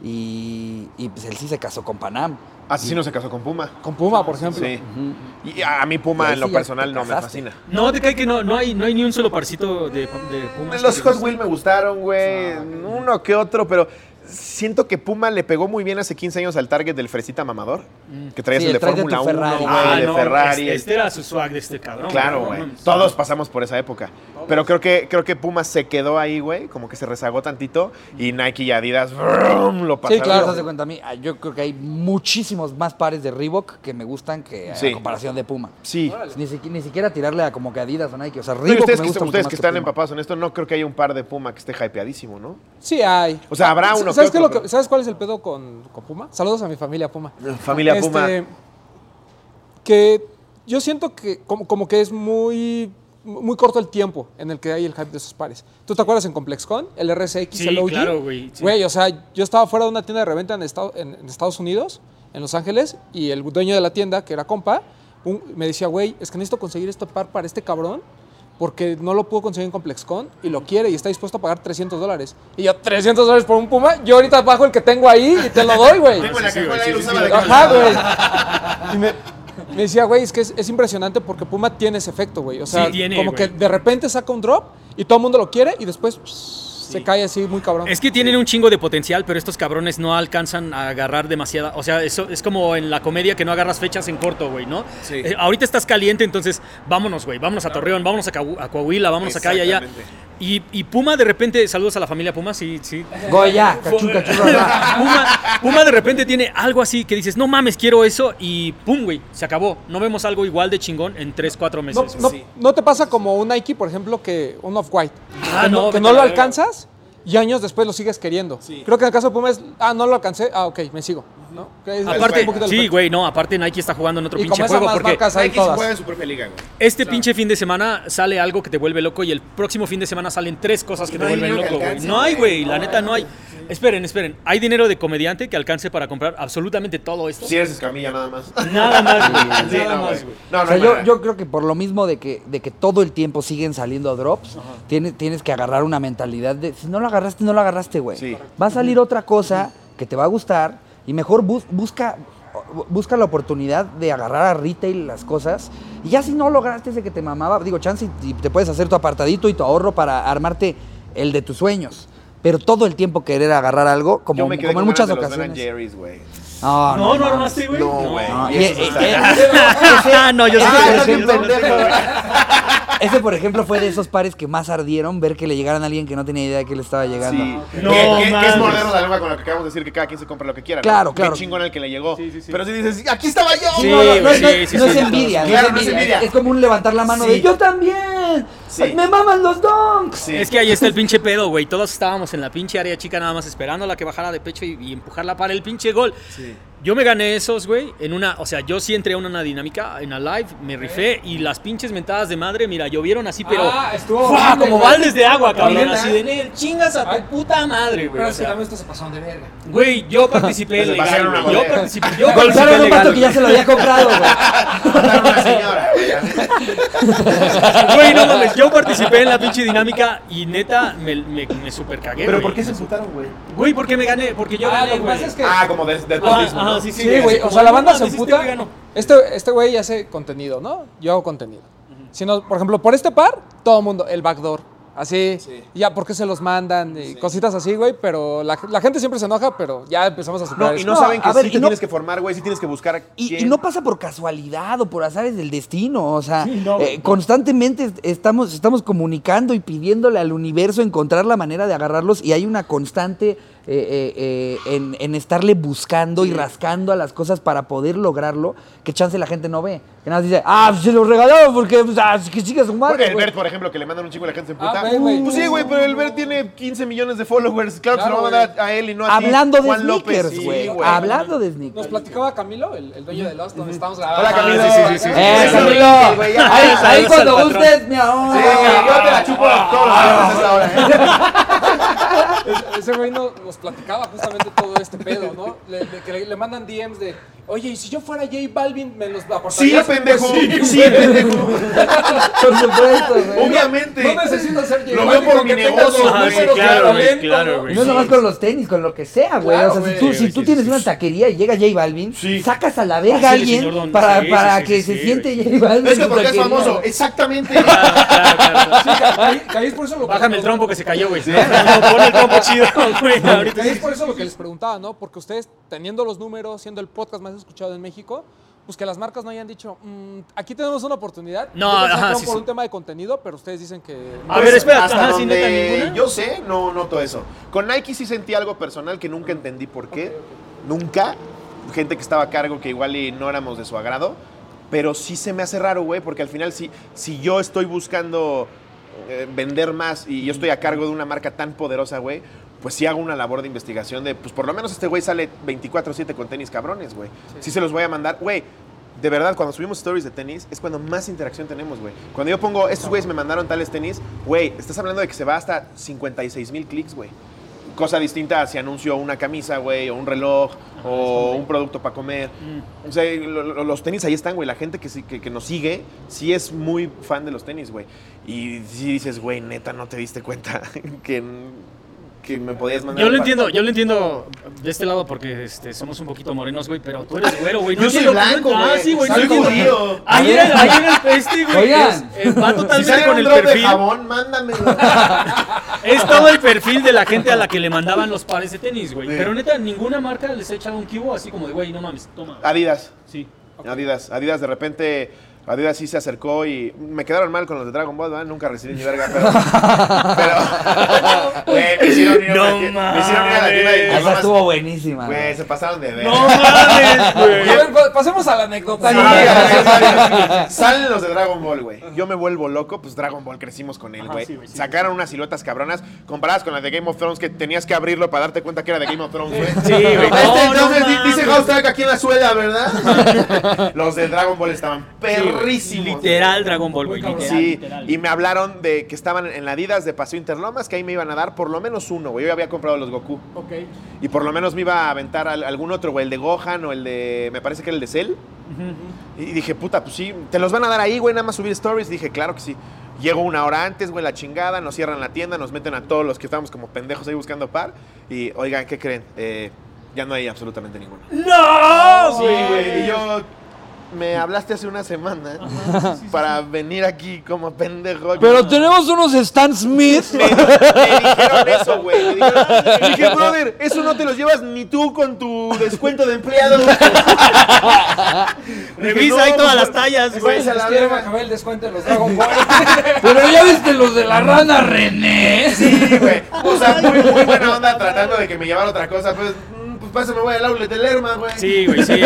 y pues él sí se casó con Panam. Asesino se casó con Puma. con Puma, por ejemplo. Sí. Y a mí Puma Y ahí en lo sí ya personal te no me casaste. fascina. No, te cae que no hay ni un solo parcito de Pumas. Los que te Hot guste. Wheels me gustaron, güey. Uno que otro, pero siento que Puma le pegó muy bien hace 15 años al target del fresita mamador. Que traías Sí, el de el traes de Fórmula tu 1, Ferrari. güey, de Ferrari. Este era su swag de este cabrón. Claro, No güey. mames. Todos pasamos por esa época. Pero creo que Puma se quedó ahí, güey. Como que se rezagó tantito. Y Nike y Adidas brum, lo pasaron. claro. ¿Te das cuenta a mí? Yo creo que hay muchísimos más pares de Reebok que me gustan que Sí. a comparación de Puma. Sí. Ni siquiera tirarle a como que Adidas o Nike. O sea, Pero Reebok ustedes, me gusta mucho ustedes más que están Puma. empapados en esto, no creo que haya un par de Puma que esté hypeadísimo, ¿no? Sí hay. O sea, habrá uno ¿Sabes, que otro, pero- ¿Sabes cuál es el pedo con Puma? Saludos a mi familia Puma. Familia Puma. Que yo siento que como que es muy corto el tiempo en el que hay el hype de esos pares. ¿Tú te acuerdas en ComplexCon? El RSX, Sí, el OG. claro, güey, sí. Güey, o sea, yo estaba fuera de una tienda de reventa en Estados Unidos, en Los Ángeles, y el dueño de la tienda, que era compa, me decía, güey, es que necesito conseguir este par para este cabrón porque no lo puedo conseguir en ComplexCon y lo quiere y está dispuesto a pagar $300. Y yo, $300 por un Puma, yo ahorita bajo el que tengo ahí y te lo doy, güey. Tengo en la Sí, cajuela güey, y lo sí, usaba sí, de sí. Ajá, güey. Y me decía, güey, es que es impresionante porque Puma tiene ese efecto, güey. O sea, Sí, tiene, como güey. que de repente saca un drop y todo el mundo lo quiere y después se cae así muy cabrón. Es que tienen un chingo de potencial, pero estos cabrones no alcanzan a agarrar demasiada. O sea, eso es como en la comedia que no agarras fechas en corto, güey, ¿no? Sí. Ahorita estás caliente, entonces vámonos, güey. Vámonos a Torreón, vámonos a Coahuila, vámonos acá y allá. Exactamente. Y Puma de repente, saludos a la familia Puma, sí. Goya, cachuca, churra. Puma de repente tiene algo así que dices, no mames, quiero eso, y pum, güey, se acabó. No vemos algo igual de chingón en 3-4 meses. güey. No te pasa como un Nike, por ejemplo, que un Off-White. Ah, que no, que vete no a lo la verga. alcanzas y años después lo sigues queriendo. Creo que en el caso de Puma es, no lo alcancé, ok, me sigo. ¿no? Que es Aparte, un poquito el sí, efecto. güey, no, aparte Nike está jugando en otro Y como pinche esas juego más porque marcas hay Nike se todas. juega en su propia liga, güey. este pinche fin de semana sale algo que te vuelve loco y el próximo fin de semana salen 3 cosas que te No hay vuelven ni uno que loco, güey. alcance, No hay, güey. güey, la neta no hay. Esperen. ¿Hay dinero de comediante que alcance para comprar absolutamente todo esto? Si eres Escamilla, nada más. Nada más, güey. Sí, Nada no, más, güey. güey. No, O sea, hay manera. yo creo que por lo mismo de que todo el tiempo siguen saliendo drops, tienes que agarrar una mentalidad de, si no lo agarraste, güey. Sí. Va a salir otra cosa que te va a gustar y mejor busca la oportunidad de agarrar a retail las cosas. Y ya si no lograste ese que te mamaba, digo, chance y te puedes hacer tu apartadito y tu ahorro para armarte el de tus sueños. Pero todo el tiempo querer agarrar algo, como, Yo me quedé como en con muchas ganas de los Ben ocasiones. Jerry's, güey. No armaste, güey. No, güey. No, Y y- eso y- está- No, yo sí. Ah, sí, qué sí. pendejo, güey. Ese, por ejemplo, fue de esos pares que más ardieron ver que le llegaran a alguien que no tenía idea de que le estaba llegando. Sí. No, que es mames. mordernos la lengua con lo que acabamos de decir, que cada quien se compra lo que quiera. ¿no? Claro, claro. Qué chingón el que le llegó. Sí, sí, sí. Pero si dices, aquí estaba yo. Sí, No, no, no, sí, no, sí, no sí, es sí. envidia, Claro, no es envidia. Es como un levantar la mano Sí. de yo también. Sí. Me maman los donks. Sí. Es que ahí está el pinche pedo, güey. Todos estábamos en la pinche área chica nada más esperando a la que bajara de pecho y empujarla para el pinche gol. Sí. Yo me gané esos, güey, o sea, yo sí entré a una dinámica, en la live, me rifé y las pinches mentadas de madre, mira, llovieron así, pero estuvo ¡fua! horrible, Como güey. baldes de agua, cabrón, ¿Neta? así de "Nel, chingas a Ay. tu puta madre, güey. Pero O es que sea, también estos se pasaron de verga. güey, yo participé Se legal, pasaron güey. una Yo bodega. participé Golpearon a un legal, pato que ya se lo había comprado, güey. Mataron a una señora. Güey, no mames, yo participé en la pinche dinámica y neta me super cagué, ¿Pero güey. por qué se emputaron, güey? Güey, ¿por qué me gané? Porque yo gané, Lo que güey. pasa es que... Ah, como de Ajá, turismo, ¿no? sí, Sí, güey, o como, sea, la no banda mames, se este emputa. güey ganó. Este güey hace contenido, ¿no? Yo hago contenido. Si no, por ejemplo, por este par, todo el mundo, el backdoor. Así, ya, ¿por qué se los mandan? Y cositas así, güey, pero la gente siempre se enoja, pero ya empezamos a superar No, y eso. no saben que a ver, sí y te no- tienes que formar, güey, sí tienes que buscar a Y quién. no pasa por casualidad o por azares del destino, o sea, Sí, no, güey, no. constantemente estamos comunicando y pidiéndole al universo encontrar la manera de agarrarlos y hay una constante en estarle buscando y rascando a las cosas para poder lograrlo, que chance la gente no ve. Que nada más dice, se los regalaron porque pues, que siga su madre, El güey. Bert, por ejemplo, que le mandan un chingo y la gente se emputa. ve, güey. Pues sí, güey, pero el Bert tiene 15 millones de followers. Claro que se lo van a dar a él y no a ti. Hablando de Juan López, sneakers, sí, güey. güey. Hablando de Nos sneakers. platicaba Camilo, el dueño de Lost, donde estamos grabando. Hola, Camilo. sí, sí, sí. Camilo! güey, ya. Ahí Saludos cuando al patrón. gustes, mi amor. Sí, yo te la chupo todos los días a esta hora, ¿eh? Ese güey nos platicaba justamente todo este pedo, ¿no? Que le mandan DMs de, oye, y si yo fuera J Balvin, ¿me los Sí, aportarías? pendejo. Pues Sí, pendejo. Por supuesto, güey. Obviamente. No necesito ser J Lo Balvin veo por porque mi tengo negocio, sus güey. números Sí, de claro, güey, talento, claro, ¿no? güey. Y no nomás con los tenis, con lo que sea, güey. Claro, o sea, güey. si tú tienes una taquería y llega J Balvin, Sí. sacas a la verga a sí, alguien señor Don. para, Sí, para sí, que sí, se sí, siente J Balvin. Es que en su porque es taquería, famoso. güey. Exactamente. Caí es por eso lo que... Bájame el trompo que se cayó, güey. No, pon el trompo chido, güey. Ahorita Caí es por eso lo que les preguntaba, ¿no? Porque ustedes, teniendo los números, siendo el podcast más escuchado en México, pues que las marcas no hayan dicho, aquí tenemos una oportunidad. No, Yo pensé que ajá, fueron sí, por sí. un tema de contenido, pero ustedes dicen que... A ver, espera, hasta ajá, sin neta donde ninguna. yo sé, no noto eso. Con Nike sí sentí algo personal que nunca entendí por qué. Nunca. Gente que estaba a cargo que igual y no éramos de su agrado. Pero sí se me hace raro, güey, porque al final si yo estoy buscando vender más y yo estoy a cargo de una marca tan poderosa, güey, pues sí hago una labor de investigación de, pues por lo menos este güey sale 24/7 con tenis cabrones, güey. Sí se los voy a mandar, güey. De verdad, cuando subimos stories de tenis es cuando más interacción tenemos, güey. Cuando yo pongo, estos güeyes me mandaron tales tenis, güey, estás hablando de que se va hasta 56,000 clics, güey. Cosa distinta si anuncio una camisa, güey, o un reloj, o un producto para comer. O sea, los tenis ahí están, güey. La gente que nos sigue sí es muy fan de los tenis, güey. Y si dices, güey, neta, no te diste cuenta que me podías mandar. Yo lo un entiendo de este lado porque somos un poquito morenos, güey, pero tú eres güero, güey. Yo soy blanco, güey. Sí, güey. Soy no entiendo. judío. Ahí en el güey. Oigan. Va Si totalmente sale con un el drop de perfil. jabón, mándamelo. Es todo el perfil de la gente a la que le mandaban los pares de tenis, güey. Sí. Pero neta, ninguna marca les ha echado un cubo así como de, güey, no mames, toma. Adidas. Sí. Adidas de repente, Adidas sí se acercó y me quedaron mal con los de Dragon Ball, ¿verdad? Nunca recibí ni verga, pero güey, me hicieron ir a No me hicieron ir a la tienda y Esa nomás- estuvo buenísima. güey, se pasaron de ver. No mames, güey. A ver, pasemos a la anécdota. Sí, salen los de Dragon Ball, güey. Yo me vuelvo loco, pues Dragon Ball crecimos con él, Ajá, güey. sí, güey, sí. Sacaron unas siluetas cabronas comparadas con las de Game of Thrones que tenías que abrirlo para darte cuenta que era de Game of Thrones, güey. Sí, güey. Entonces No, no dice mames. House Tag aquí en la suela, ¿verdad? Los de Dragon Ball estaban perros, perrísimos. Literal Dragon Ball, güey. Literal, Sí, literal. y me hablaron de que estaban en la Adidas de Paseo Interlomas, que ahí me iban a dar por lo menos uno, güey. Yo ya había comprado los Goku. Ok. Y por lo menos me iba a aventar algún otro, güey. El de Gohan o el de... Me parece que era el de Cell. Y dije, puta, pues sí, te los van a dar ahí, güey, nada más subir stories. Dije, claro que sí. Llego una hora antes, güey, la chingada, nos cierran la tienda, nos meten a todos los que estábamos como pendejos ahí buscando par. Y, oigan, ¿qué creen? Ya no hay absolutamente ninguno. ¡No! Sí, güey. Y yo, me hablaste hace una semana para venir aquí como pendejo. Pero tenemos unos Stan Smith. Me dijeron eso, güey. Me dijeron, dije, brother, eso no te los llevas ni tú con tu descuento de empleado. Revisa ahí todas las tallas, güey. a la Quiero verga. acabar el descuento de los Dragon Ball. Pero ya viste los de la rana René. Sí, güey. O sea, muy buena onda tratando de que me llevara otra cosa. Pues pásame, voy al outlet del Lerma, güey. Sí, güey, sí.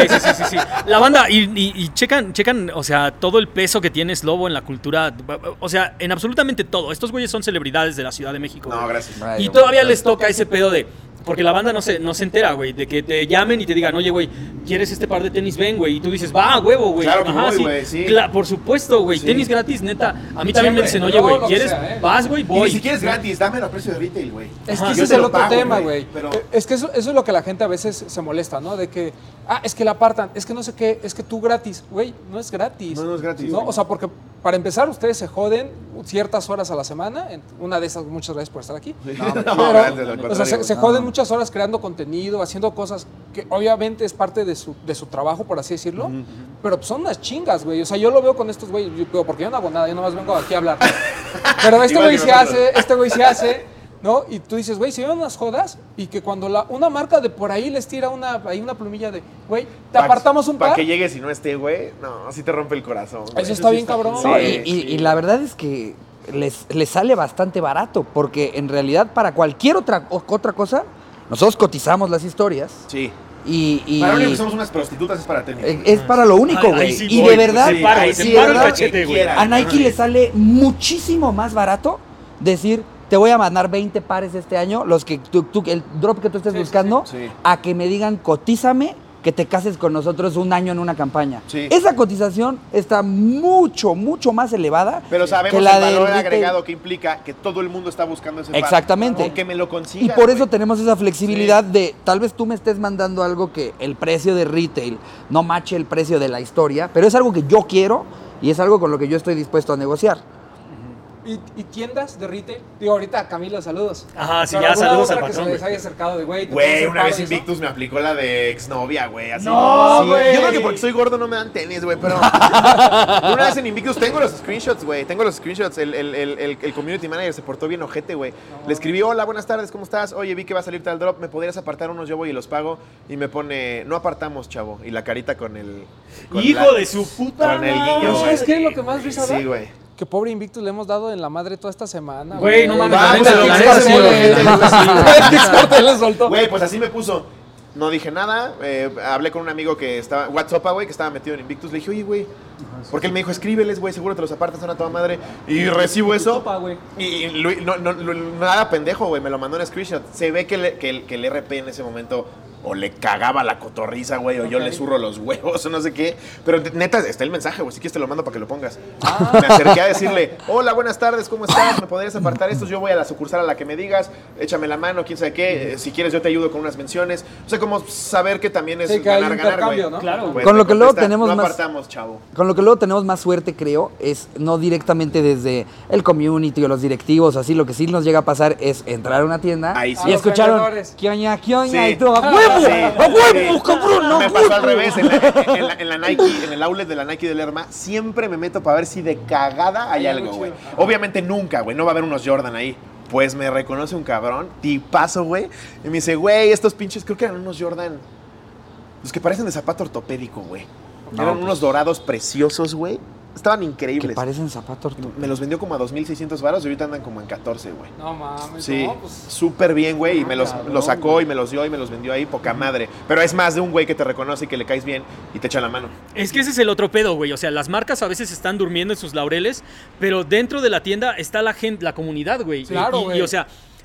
La banda, y checan, o sea, todo el peso que tiene Slobo en la cultura, o sea, en absolutamente todo. Estos güeyes son celebridades de la Ciudad de México. No, güey. gracias. Y todavía les toca ese pedo de... Porque la banda no se entera, güey, de que te llamen y te digan, oye, güey, ¿quieres este par de tenis? Ven, güey. Y tú dices, va, huevo, güey. Claro que voy, güey, sí. Por supuesto, güey. Sí. Tenis gratis, neta. A mí también me dicen, oye, No, güey, lo que ¿quieres? sea, Vas, güey, Y voy. ni siquiera es gratis, dámelo a precio de retail, güey. Es Ajá. que ese Yo es te el lo otro pago, tema, güey, güey. pero- Es que eso es lo que la gente a veces se molesta, ¿no? De que, es que la apartan, es que no sé qué, es que tú gratis. Güey, no es gratis. No, no es gratis. ¿No? O sea, porque para empezar, ustedes se joden ciertas horas a la semana. Una de esas, muchas gracias por estar aquí. No, Pero, gracias, al o sea, contrario, se güey. joden muchas horas creando contenido, haciendo cosas que obviamente es parte de su trabajo, por así decirlo, pero pues, son unas chingas, güey. O sea, yo lo veo con estos güeyes, porque yo no hago nada, yo nomás vengo aquí a hablar. Pero este Igual güey que se nosotros. hace, este güey se hace, ¿no? Y tú dices, güey, se ven unas jodas y que cuando una marca de por ahí les tira una plumilla de, güey, te apartamos un Para par. que llegues y no esté, güey. No, así te rompe el corazón. güey. Eso está sí bien cabrón. Sí, No, Sí. y la verdad es que les sale bastante barato, porque en realidad para cualquier otra cosa, nosotros cotizamos las historias Sí. y Para lo único que somos unas prostitutas es para tenis. es para lo único, Ahí güey. sí Y voy, de verdad, se paro, ahí se sí, paro el ¿verdad? cachete, güey. Quiera. a Nike le sale muchísimo más barato decir, te voy a mandar 20 pares este año, los que el drop que tú estés buscando, sí. a que me digan, cotízame, que te cases con nosotros un año en una campaña. Sí. Esa cotización está mucho más elevada Pero sabemos que la el del valor retail. agregado que implica que todo el mundo está buscando ese par. Exactamente. Con que me lo consiga. Y por eso tenemos esa flexibilidad de, tal vez tú me estés mandando algo que el precio de retail no mache el precio de la historia, pero es algo que yo quiero y es algo con lo que yo estoy dispuesto a negociar. ¿Y tiendas de retail? Digo, ahorita Camilo, saludos. Ajá, sí, Pero ya alguna saludos otra al que se patrón, les güey. haya acercado de, güey. ¿te Güey, puedo una hacer vez paro y eso? Invictus me aplicó la de exnovia, güey. Así. No, Sí, güey. Yo creo que porque soy gordo no me dan tenis, güey, pero una vez en Invictus tengo los screenshots, güey. Tengo los screenshots. El community manager se portó bien ojete, güey. Le escribí, hola, buenas tardes, ¿cómo estás? Oye, vi que va a salir tal drop, ¿me podrías apartar unos? Yo voy y los pago. Y me pone, no apartamos, chavo. Y la carita con el... con Hijo la- de su puta con el madre. guiño, güey. ¿Sabes qué es lo que más risa da? Sí, güey. Que pobre Invictus le hemos dado en la madre toda esta semana. Güey, no mames, la la neta, neta, la neta, sí, sí, el Discord te lo soltó. Güey, pues así me puso. No dije nada. Hablé con un amigo que estaba, WhatsApp, güey, que estaba metido en Invictus. Le dije, oye, güey. Porque él me dijo, escríbeles, güey, seguro te los apartas, son a toda madre. Y recibo eso. Sopa, güey. Y nada pendejo, güey, me lo mandó en screenshot. Se ve que el RP en ese momento o le cagaba la cotorriza, güey, o yo le zurro los huevos o no sé qué. Pero neta, está el mensaje, güey, si quieres te lo mando para que lo pongas. Me acerqué a decirle, hola, buenas tardes, ¿cómo estás? ¿Me podrías apartar estos? Yo voy a la sucursal a la que me digas, échame la mano, quién sabe qué. Si quieres yo te ayudo con unas menciones. O sea, como saber que también es Sí, que hay ganar, ganar, güey. intercambio, ¿no? Claro. Pues Con me lo que luego contesta, tenemos no más- apartamos, chavo. Con lo que luego tenemos más suerte, creo, es no directamente desde el community o los directivos, así lo que sí nos llega a pasar es entrar a una tienda Ahí sí. y A los escucharon vendedores. ¿qué oña? Sí. Y tú, ¡a Ah, huevo! sí, ¡A huevo, sí. cabrón! ¡A Me pasó al huevo! revés, en la Nike, en el outlet de la Nike del Lerma, siempre me meto para ver si de cagada hay Hay algo algo, güey. chido. Obviamente nunca, güey, no va a haber unos Jordan ahí. Pues me reconoce un cabrón, tipazo, güey, y me dice, güey, estos pinches, creo que eran unos Jordan, los que parecen de zapato ortopédico, güey. No, Eran pues. unos dorados preciosos, güey. Estaban Que increíbles. parecen zapatos. Me los vendió como a 2,600 varos y ahorita andan como en 14, güey. No mames, Sí, no, pues. súper bien, güey. Y me los cabrón, sacó güey. y me los dio y me los vendió ahí, poca madre. Pero es más de un güey que te reconoce y que le caes bien y te echa la mano. Es que ese es el otro pedo, güey. O sea, las marcas a veces están durmiendo en sus laureles, pero dentro de la tienda está la gente, la comunidad, güey. Claro, y, güey. o sea,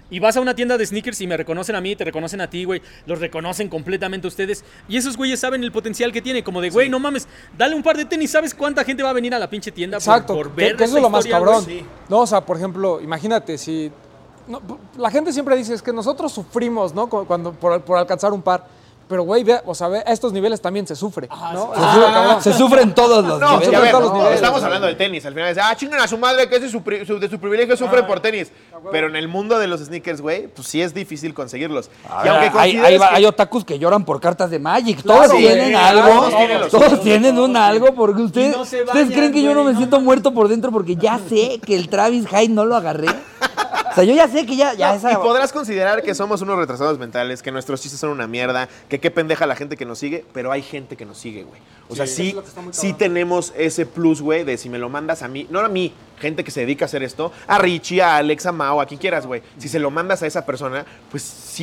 Y vas a una tienda de sneakers y me reconocen a mí, te reconocen a ti, güey. Los reconocen completamente a ustedes. Y esos güeyes saben el potencial que tiene. Como de, güey, no mames, dale un par de tenis. ¿Sabes cuánta gente va a venir a la pinche tienda Exacto, por ver que eso es lo más historia, cabrón. güey? No, o sea, por ejemplo, imagínate, si... no, la gente siempre dice, es que nosotros sufrimos, ¿no? Cuando, por alcanzar un par. Pero, güey, o sea, a estos niveles también se sufre, ¿no? Se sufren todos los No, niveles. ya ver, todos los niveles, estamos ¿no? hablando de tenis. Al final es, chingan a su madre, que es de su privilegio, sufren por tenis. Pero en el mundo de los sneakers, güey, pues sí es difícil conseguirlos. Y aunque consideres que- Hay otakus que lloran por cartas de Magic. Claro, Todos güey, tienen claro, algo. todos tienen los Todos suyos, tienen un algo. Porque ustedes, Y no se ustedes bañan, creen que yo no güey, me no siento mames. muerto por dentro porque ya sé que el Travis Hyde no lo agarré. O sea, yo ya sé que ya esa... Y podrás considerar que somos unos retrasados mentales, que nuestros chistes son una mierda, que qué pendeja la gente que nos sigue, pero hay gente que nos sigue, güey. O sea, sí tenemos ese plus, güey, de si me lo mandas a mí, no a mí, gente que se dedica a hacer esto, a Richie, a Alex, a Mao, a quien quieras, güey. Si se lo mandas a esa persona, pues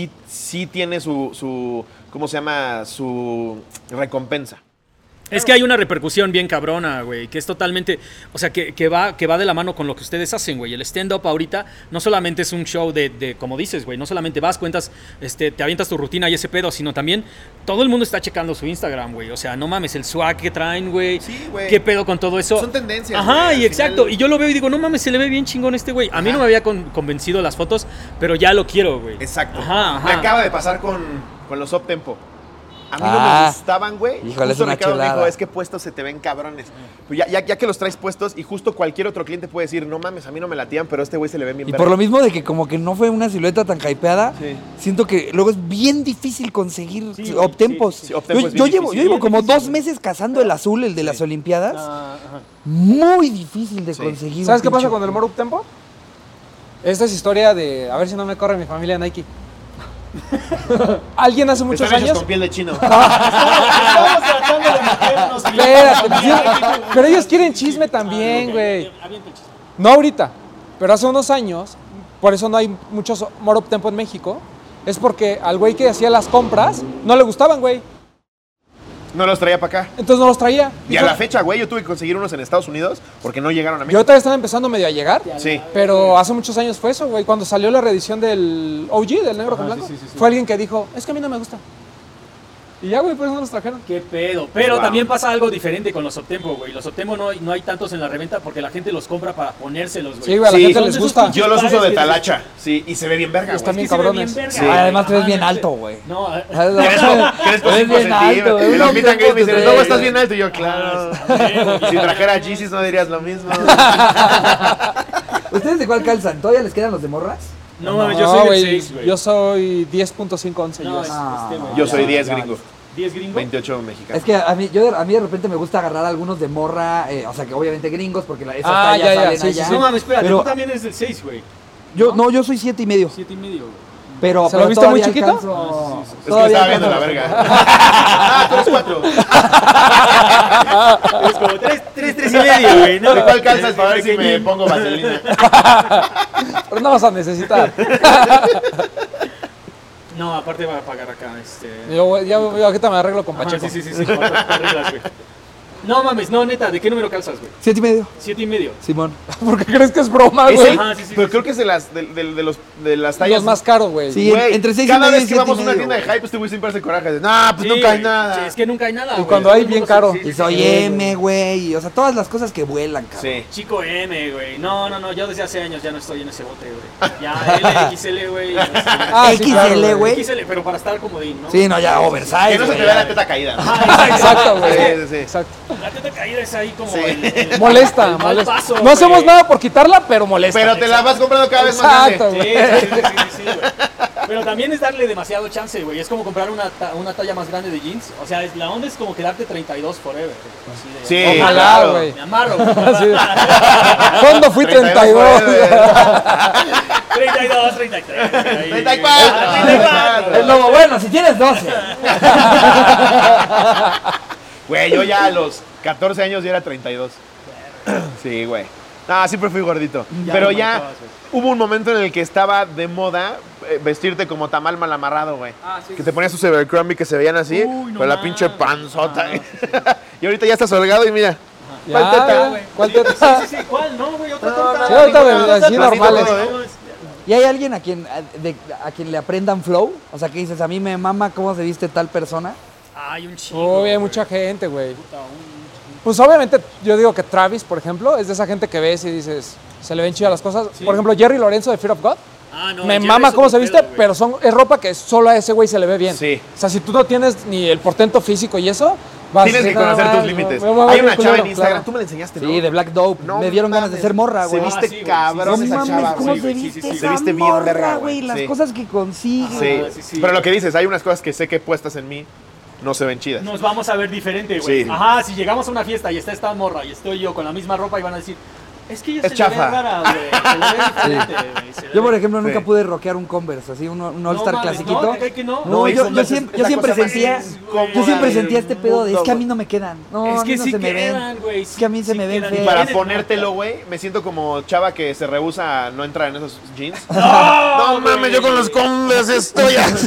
sí tiene su ¿cómo se llama? Su recompensa. Es que hay una repercusión bien cabrona, güey, que es totalmente, o sea, que va de la mano con lo que ustedes hacen, güey. El stand-up ahorita no solamente es un show de como dices, güey, no solamente vas, cuentas, te avientas tu rutina y ese pedo, sino también todo el mundo está checando su Instagram, güey. O sea, no mames, el swag que traen, güey. Sí, güey. ¿Qué pedo con todo eso? Son tendencias, Ajá, güey, y al exacto. final. Y yo lo veo y digo, no mames, se le ve bien chingón este güey. A mí no me había convencido las fotos, pero ya lo quiero, güey. Exacto. Ajá, Me ajá. acaba de pasar con los Up Tempo. A mí no Ah. me gustaban, güey. Híjole, es Justo una Ricardo me chulada. dijo, es que puestos se te ven cabrones. Pues ya que los traes puestos y justo cualquier otro cliente puede decir, no mames, a mí no me latían, pero a este güey se le ven bien Y verga". por lo mismo de que como que no fue una silueta tan hypeada, Sí. siento que luego es bien difícil conseguir Sí, güey, optempos. sí, optempo Yo, es bien yo llevo, difícil. yo llevo Bien como difícil, 2 meses cazando el azul, el de las Olimpiadas. Ah, ajá. Muy difícil de Sí. conseguir. ¿Sabes un qué pasa pinche- con el More Up Tempo? Esta es historia de, a ver si no me corre mi familia Nike. Alguien hace muchos Están hechos años... con piel de chino. Estamos tratando de meternos. Espérate, pues, pero ellos quieren chisme también, güey. No ahorita, pero hace unos años, por eso no hay muchos More Up Tempo en México, es porque al güey que hacía las compras no le gustaban, güey. No los traía para acá. Entonces no los traía. Y a la fecha, güey, yo tuve que conseguir unos en Estados Unidos porque no llegaron a Yo México. ahorita están empezando medio a llegar, Sí. pero hace muchos años fue eso, güey. Cuando salió la reedición del OG, del negro con blanco, fue alguien que dijo, es que a mí no me gusta. Y ya, güey, por eso no los trajeron. Qué pedo. Pero Wow. también pasa algo diferente con los Optempo, güey. Los Optempo no hay tantos en la reventa porque la gente los compra para ponérselos, güey. Sí, güey, a la Sí, gente son les de esos gusta. pinches Yo los uso de pares que talacha. Sí, y se ve bien verga, Están güey. bien cabrones. verga, Sí. güey. Además, tú eres bien Ajá, alto, güey. No, Crespo 5 Eres bien alto, centímetros. güey. En los meet and greet me dicen, Sí, luego estás güey. bien alto. Y yo, claro. Si trajera Yeezys no dirías lo mismo. ¿Ustedes de cuál calzan? ¿Todavía les quedan los de morras? no mames, yo soy del güey, 6, güey. yo soy 10.5 11. No, yo. güey. Yo soy 10 ya. gringo. 10 gringo. 28 mexicano. Es que a mí de repente me gusta agarrar algunos de morra, o sea que obviamente gringos, porque esas Ah, tallas ya, ya, salen sí, sí, allá. sí. No mames, espérate, Pero tú también eres del 6, güey. yo soy 7.5. 7.5, güey. Pero, ¿Se lo pero viste muy todavía chiquito? alcanzo- Es que me todavía estaba viendo la alcanzo- verga. Ah, tú eres 4. Es como 3 y medio, güey. ¿De cuál calzas para ver si me pongo vaselina? Pero no vas a necesitar. No, aparte va a pagar acá, Yo ahorita me arreglo con Ajá, Pacheco. sí, arreglas, güey. No mames, no, neta, ¿de qué número calzas, güey? 7.5, 7.5. Simón. ¿Por qué crees que es broma, Ese, güey? Ajá, sí, pero sí, creo que es de las tallas. Los más caros, güey. Sí. Güey, entre 6 y cada medio vez y que vamos a 7.5, una tienda de güey. hype, este güey siempre hace coraje. De, no, pues Sí, nunca hay güey. nada. Sí, es que nunca hay nada, güey. cuando Todo hay, el mundo bien caro. sí, Y sí, soy sí, M, güey. O sea, todas las cosas que vuelan, cabrón. Sí. Chico M, güey. No, yo desde hace años ya no estoy en ese bote, güey. Ya XL, güey. Ah, sí, XL, claro, güey. XL, pero para estar comodín, ¿no? Sí, no, ya oversize. Que no se güey. te vea la teta caída. Exacto, güey. Sí, sí, sí. Exacto. La teta caída es ahí como Sí. el Molesta, el mal molesta. paso, No güey. hacemos nada por quitarla, pero molesta. Pero te la vas comprando cada vez más Exacto, grande. Sí, güey. Pero también es darle demasiado chance, güey. Es como comprar una talla más grande de jeans. O sea, la onda es como quedarte 32 forever. Así de, Sí, Ojalá, claro. güey. Me amarro. Sí. ¿Cuándo fui 32? 32, 33. ahí. 34. 34. El lobo, bueno, si tienes 12. Güey, yo ya a los 14 años ya era 32. Sí, güey. No, siempre fui gordito. Ya Pero lo ya marcabas, güey. hubo un momento en el que estaba de moda vestirte como tamal mal amarrado, güey. Que te ponías tus Abercrombie que se veían así, Uy, no con la mames. pinche panzota. Y ahorita ya estás holgado y mira. Ya, ¿Cuál teta? güey. ¿Cuál teta? Sí, ¿cuál? No, güey, otra No, torta. no, Sí, ahorita ninguna. así Platito normales. todo, ¿eh? ¿Y hay alguien a quien le aprendan flow? O sea, que dices, a mí me mama cómo se viste tal persona. Hay un chingo. Uy, hay mucha gente, güey. Pues obviamente yo digo que Travis, por ejemplo, es de esa gente que ves y dices, se le ven chidas las cosas. Sí. Por ejemplo, Jerry Lorenzo de Fear of God. No, Me Jerry mama es cómo otro se viste, pedo, güey. pero es ropa que solo a ese güey se le ve bien. Sí. O sea, si tú no tienes ni el portento físico y eso, vas Tienes a que decir, conocer "No, tus límites. me voy a Hay ver una chava culero", en Instagram, claro. tú me la enseñaste, ¿no? Sí, de Black Dope. No me dieron ganas de mames. ser morra, Se güey. viste sí, güey. cabrón No esa mames, chava, ¿cómo güey. se sí, viste sí, sí. Se esa viste bien morra, verga, güey? güey. Las Sí. cosas que consigue. Sí. Ah, sí. Pero lo que dices, hay unas cosas que sé que puestas en mí no se ven chidas. Nos vamos a ver diferente, güey. Sí. Ajá, si llegamos a una fiesta y está esta morra y estoy yo con la misma ropa y van a decir, es que ella Es se chafa. le ve rara, güey. Se le ve diferente, güey. Se le Yo, por ve- ejemplo, nunca Sí. pude rockear un Converse, así un All-Star mames, clasiquito. no, ¿qué que no? No, No, yo, eso yo es siempre, la yo siempre cosa más sentía, incómoda yo siempre del sentía este pedo de, es que a mí mundo, no me quedan. No, Es a mí que no sí se me quedan, ven. güey. Es que a mí se me ven quedan. feos. Y para Tienes ponértelo, güey, me siento como chava que se rehúsa a no entrar en esos jeans. No, mames, yo con los Converse estoy así.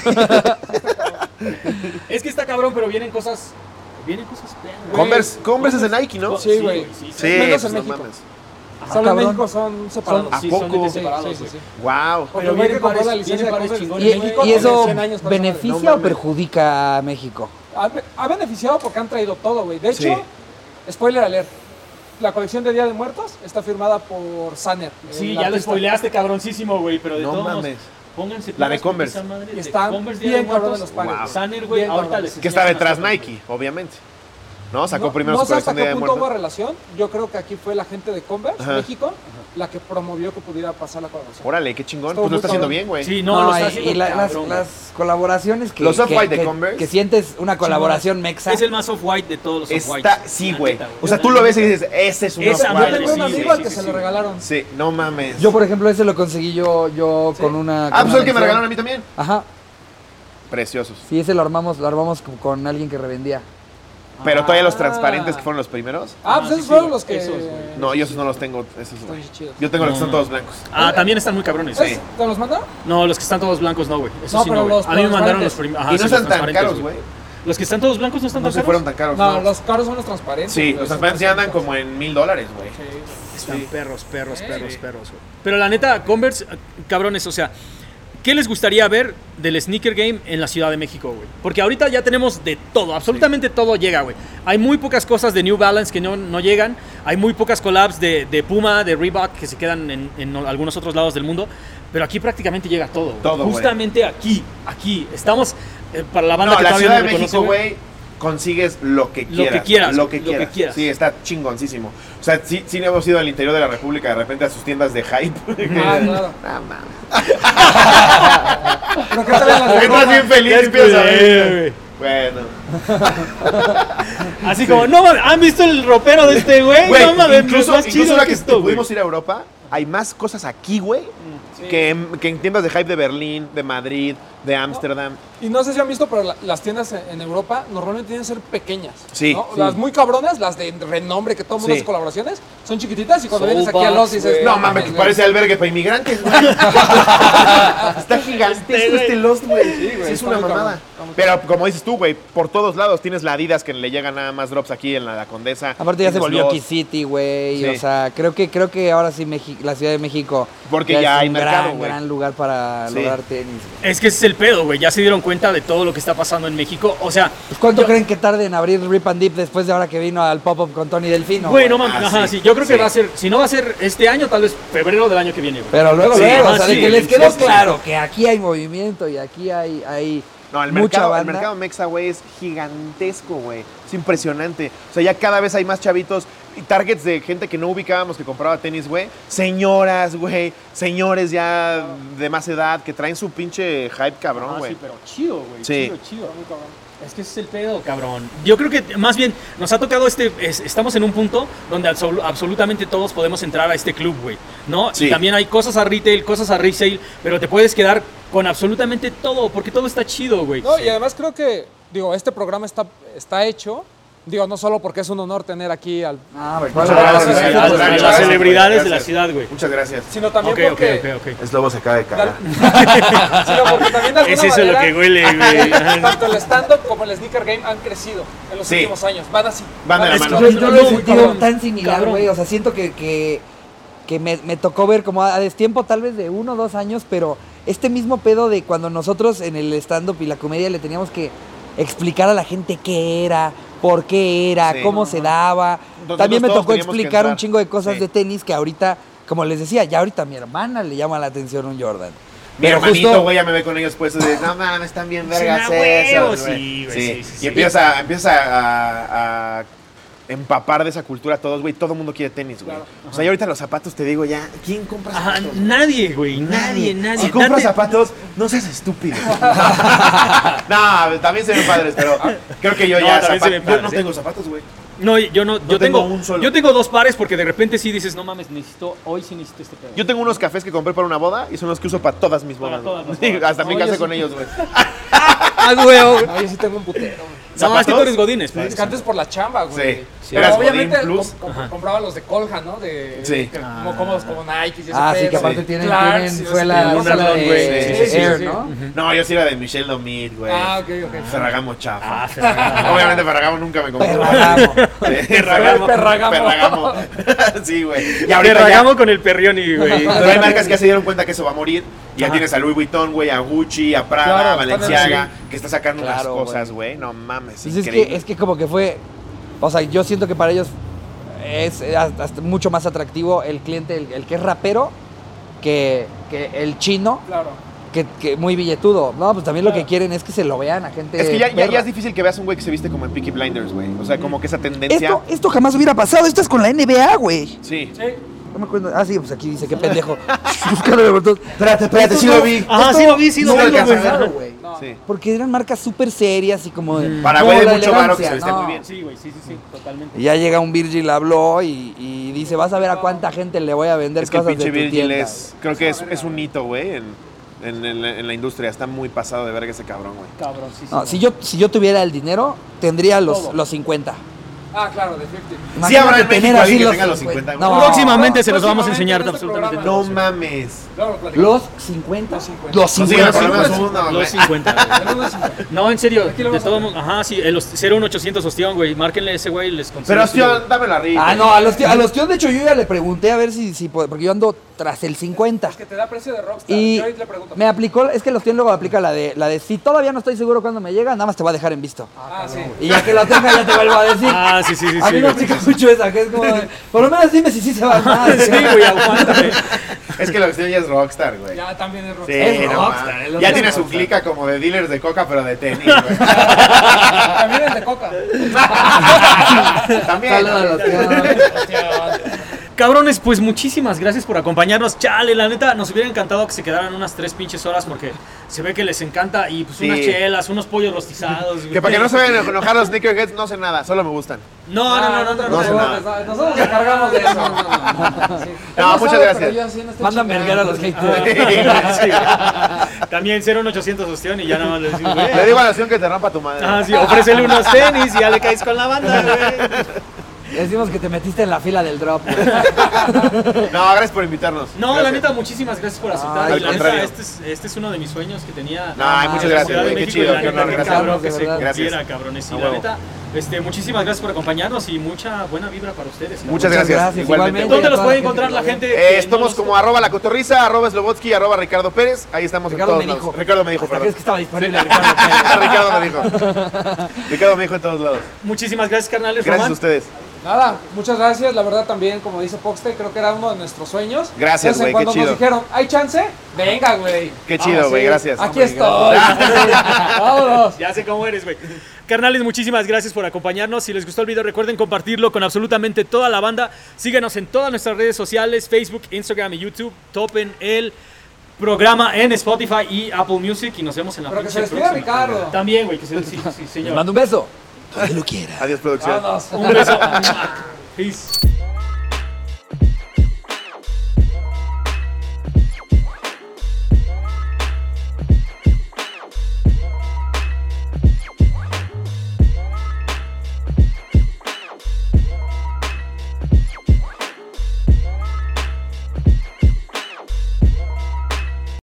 Es que está cabrón, pero vienen cosas perras, güey. Converse es de Nike, ¿no? Sí, güey. Sí, Sí, Menos pues en no México. mames. Solo en cabrón. México son separados. ¿A Sí, poco? son de Sí, separados, sí, güey. sí. Wow. Porque Pero el güey que vienen compró la pares- licencia de vienen pares Converse chingones, en güey. México Y eso tiene 100 años con esa madre. beneficia o perjudica a México. Ha beneficiado porque han traído todo, güey. De hecho, Sí. spoiler alert, la colección de Día de Muertos está firmada por Sanner. Sí, el ya lo artista. spoileaste cabroncísimo, güey, pero de No todos modos, mames. pónganse La de pilas con Converse. esa madre Y de están Converse Día bien de Muertos. cabrones los pares. Wow. Sanner, güey, Bien ahorita cabrones. les Que está enseñan detrás las fotos, Nike, obviamente. ¿No? Sacó No, primero no su sé hasta colección de Día qué de punto hubo Muertos. relación. Yo creo que aquí fue la gente de Converse, Ajá. México, la que promovió que pudiera pasar la colaboración. Órale, qué chingón. Estuvo Pues lo muy está haciendo cabrón. bien, güey. Sí, no, lo está y haciendo las, cabrón, güey. las colaboraciones que, Los Off-White de que- Converse. que sientes una colaboración mexa. Es el más off-white de todos los off-whites. Está, sí, la güey. neta, O sea, tú lo ves y dices, ese es un Esa Yo madre, Off-White. tengo un sí, amigo al sí, que sí, se sí. lo regalaron. Sí, no mames. Yo, por ejemplo, ese lo conseguí yo con una... Ah, con pues una el que me lección. regalaron a mí también. Ajá. Preciosos. Sí, ese lo armamos con alguien que revendía. Pero todavía los transparentes que fueron los primeros. Ah, pues sí, esos sí, fueron güey. los que... Esos, güey. No, yo esos no los tengo. Esos no. Están bien chidos. Yo tengo los que son todos blancos. Ah, también están muy cabrones. ¿Es- ¿Te los mandaron? No, los que están todos blancos no, güey. Eso No, sí pero no, güey. los A mí me mandaron los transparentes. primeros. Y no están tan caros, güey. Los que están todos blancos no están No tan se caros. fueron tan caros. No, No, los caros son los transparentes. Sí, güey. los transparentes ya andan como en $1000, güey. Están perros, güey. Pero la neta, Converse, cabrones, o sea, ¿qué les gustaría ver del sneaker game en la Ciudad de México, güey? Porque ahorita ya tenemos de todo, absolutamente todo llega, güey. Hay muy pocas cosas de New Balance que no llegan, hay muy pocas collabs de Puma, de Reebok que se quedan en algunos otros lados del mundo, pero aquí prácticamente llega todo. Güey. Todo, güey. Justamente aquí, estamos, para la banda No, que la todavía Ciudad no de me México, conoce, güey, consigues lo que Lo quieras. que quieras, Lo que lo que quieras. quieras. Sí, está chingoncísimo. O sea, sí hemos ido al interior de la República de repente a sus tiendas de hype. Ah, claro. Ah, mames. Pero ¿qué tal en las de Porque estás Roma? bien feliz y Qué empiezas a culero, ver. güey. Bueno. Así como, no mames, ¿han visto el ropero de este güey? Güey, No mames, incluso, más incluso chido ahora que que esto, güey. pudimos ir a Europa, hay más cosas aquí, güey, que en tiendas de hype de Berlín, de Madrid, de Ámsterdam. Y no sé si han visto, pero las tiendas en Europa normalmente tienen que ser pequeñas. Sí, ¿no? sí. Las muy cabronas, las de renombre que todo el mundo Sí. hace colaboraciones, son chiquititas y cuando Soulbox, vienes aquí a Los dices... güey. No mames, que güey. parece albergue para inmigrantes, güey. Está gigantesco este Lost, güey. Sí, güey, es está una muy mamada. cabrón, está muy Pero como dices tú, güey, por todos lados tienes la Adidas que le llegan nada más drops aquí en la Condesa. Aparte ya se Tienes volvió Lost. Key City, güey. Sí. O sea, creo que ahora sí la Ciudad de México Porque es ya hay un mercado, güey. gran lugar para Sí. lograr tenis. Es que ese es el pedo, güey. Ya se dieron cuenta de todo lo que está pasando en México. O sea, Pues, ¿cuánto yo- creen que tarde en abrir Rip and Dip después de ahora que vino al pop-up con Tony Delfino? Güey, no güey? mames, Ah, ajá, sí. sí. Yo creo que Sí. va a ser, si no va a ser este año, tal vez febrero del año que viene, güey. Pero luego, Sí, luego, ah, o sea, de sí, que les sí, quedó sí. claro que aquí hay movimiento y aquí hay No, el mucha mercado, banda. el mercado mexa, güey, es gigantesco, güey. Es impresionante. O sea, ya cada vez hay más chavitos y targets de gente que no ubicábamos que compraba tenis, güey. Señoras, güey. Señores ya de más edad que traen su pinche hype cabrón, Ah, güey. sí, pero chido, güey. Sí. Chido. Es que ese es el pedo, cabrón. Yo creo que más bien nos ha tocado estamos en un punto donde absolutamente todos podemos entrar a este club, güey, ¿no? Sí. Y también hay cosas a retail, cosas a resale, pero te puedes quedar con absolutamente todo, porque todo está chido, güey. No, y además creo que, digo, este programa está hecho, digo, no solo porque es un honor tener aquí al... Ah, güey, Muchas claro, gracias, claro, sí, claro, muchas claro. las gracias, celebridades güey, de la gracias. ciudad, güey. Muchas gracias. Sino también Ok, porque... ok. Es lobo se acaba de cagar. Sino porque también de alguna Es eso lo manera, que huele, güey. tanto el stand-up como el sneaker game han crecido en los Sí. últimos años. Van así. Van de la así. mano. Yo lo he No, sentido cabrón, tan similar, cabrón. güey. O sea, siento que que me tocó ver como a destiempo tal vez de 1 o 2 años, pero este mismo pedo de cuando nosotros en el stand-up y la comedia le teníamos que explicar a la gente qué era, por qué era, Sí. cómo se daba. Nosotros También me todos tocó teníamos que explicar un entrar. chingo de cosas Sí. de tenis que ahorita, como les decía, ya ahorita a mi hermana le llama la atención un Jordan. Mi Pero hermanito, justo- güey, ya me ve con ellos puestos de, no mames, están bien vergas Sí, a huevo, esos, güey. sí, güey, sí. Y empieza a empapar de esa cultura a todos, güey. Todo el mundo quiere tenis, güey. O sea, y ahorita los zapatos, te digo ya, ¿quién compra Ajá, zapatos? nadie, güey, nadie. Si compras Date- zapatos, no seas estúpido. No, también se ven padres, pero creo que yo No, ya también se ven yo no padres, tengo zapatos, güey. No, yo no, yo tengo tengo un solo. Yo tengo 2 pares porque de repente sí dices, no mames, hoy sí necesito este pedo. Yo tengo unos cafés que compré para una boda y son los que uso para todas mis Para bodas. todas las Sí, bodas. hasta me Oye, casé sí. con ellos, güey. Ah, güey. No, yo sí tengo un putero, güey. No, es que tú eres Godínez, Es pues. que antes por la chamba, güey. Sí. Pero Eras obviamente Godín Plus. compraba los de Colja, ¿no? De, Sí. como Nike y ese Ah, sí, pedo. que aparte Sí. tienen, Clarks, tienen y ese suela, pedo. suela güey. de Sí, sí, sí, Air, sí. ¿no? No, yo sí era de Michelle Domit, güey. Ah, ok. Ferragamo chafa. Ah, Ferragamo. Obviamente Ferragamo nunca me compró. Ferragamo. Ferragamo. Sí, güey. Y Te ahorita regamos con el Perrioni, güey. pero hay marcas que ya se dieron cuenta que eso va a morir. Y ya tienes a Louis Vuitton, güey, a Gucci, a Prada, Claro, a Balenciaga, están que está sacando Claro, unas cosas, güey. No mames, Pues increíble. es que como que fue, o sea, yo siento que para ellos es hasta mucho más atractivo el cliente, el que es rapero, que el chino, Claro. que muy billetudo. No, pues también lo Claro. que quieren es que se lo vean a gente Es que ya perra. es difícil que veas un güey que se viste como en Peaky Blinders, güey. O sea, como que esa tendencia. Esto jamás hubiera pasado, esto es con la NBA, güey. Sí. Sí. No me acuerdo. Ah, sí, pues aquí dice, qué pendejo. Buscándole por todos. Espérate, sí lo vi. Ajá, sí lo vi, sí lo No vi, alcanza güey. a verlo, güey. No. Sí. Porque eran marcas súper serias y como de... Para no, güey de la mucho varo que se elegancia, viste no. muy bien. Sí, güey, sí, totalmente. Y ya llega un Virgil, habló y dice, vas a ver a cuánta gente le voy a vender Es que el cosas de pinche tu Virgil tienda. es. Creo que es un hito, güey, en la industria. Está muy pasado de verga ese cabrón, güey. Cabrón, sí, No, si yo tuviera el dinero, tendría los 50. Ah, claro, de 50. Sí habrá en Imagínate México alguien que los tenga los 50, güey. No, Próximamente se los vamos a Próximamente enseñar en este absolutamente programa. No mames. Claro, lo platicamos. los 50. Los 50. Los No, sí, 50. por lo menos uno, güey. Los 50, güey. El uno es 50. No, en serio, Aquí lo de vamos a todo ver. mundo. Ajá, sí, los 01800 Ostión, güey. Márquenle a ese güey y les consigo. Pero, el suyo, hostia, dame la rica. Ah, no, a los tíos, de hecho, yo ya le pregunté a ver si porque yo ando tras el 50. Es que te da precio de Rockstar. Y Yo ahorita le pregunto. me aplicó, es que los tíos luego aplica la de si todavía no estoy seguro cuándo me llega, nada más te voy a dejar en visto. Ah, sí. Y ya que lo tenga ya te vuelvo a decir. Ah, sí, sí, sí. A mí sí, me güey. aplica mucho esa, que es como de, por lo menos dime si sí se va a armar. Sí, güey, aguántame. Es que la cuestión ya es Rockstar, güey. Ya también es Sí, Rockstar. Es no Rockstar, mames. es lo Ya que tiene es su Rockstar. clica como de dealers de coca, pero de tenis, güey. También es de Coca. También. Saludos a los tíos. Cabrones, pues muchísimas gracias por acompañarnos. Chale, la neta, nos hubiera encantado que se quedaran unas 3 pinches horas porque se ve que les encanta. Y pues Sí. unas chelas, unos pollos rostizados. Que para que no se vayan a enojar los sneakerheads, no sé nada, solo me gustan. No, No sé nada. Nosotros nos encargamos de eso. No, muchas gracias. Mandan verguer a los haters. Sí, güey. También 01800 Ostión y ya nada más le decimos, güey. Le digo a la acción que te rompa tu madre. Ah, sí, ofrécele unos tenis y ya le caes con la banda, güey. Decimos que te metiste en la fila del drop. No, gracias por invitarnos. No, la Gracias. neta, muchísimas gracias por aceptar. Ay, Y la al neta, contrario. este es uno de mis sueños que tenía. No, Ah, muchas en la gracias, Ciudad de güey. Qué México, y chido, la qué neta, honor, qué gracias. cabrón que de se verdad. Gracias. cumpliera, cabrones. Y A la huevo. neta, muchísimas gracias por acompañarnos y mucha buena vibra para ustedes. cabrones. Muchas gracias. Igualmente. ¿Dónde los a toda puede la encontrar gente la que gente? lo ve. Estamos como @lacotorriza, @slobotsky, @Ricardo Pérez. Ahí estamos Ricardo en me todos dijo. lados. Ricardo me dijo, ¿Hasta perdón. crees que estaba disponible Ricardo Pérez? Ricardo me dijo. Ricardo me dijo en todos lados. Muchísimas gracias, carnales. Gracias a Román. ustedes. Nada, muchas gracias. La verdad también, como dice Poxte, creo que era uno de nuestros sueños. Gracias, Entonces, güey, qué cuando chido. nos dijeron, ¿hay chance? Venga, güey. Qué chido, güey, gracias. Aquí Hombre, estoy. Vámonos. Ya sé cómo eres, güey. Carnales, muchísimas gracias por acompañarnos. Si les gustó el video, recuerden compartirlo con absolutamente toda la banda. Síguenos en todas nuestras redes sociales, Facebook, Instagram y YouTube. Topen el programa en Spotify y Apple Music y nos vemos en la Pero que se pinche despida próxima. Ricardo. También, güey, que se sí, Les señor. mando un beso. Donde lo quiera. Adiós, producción. Vámonos. Un beso. Peace.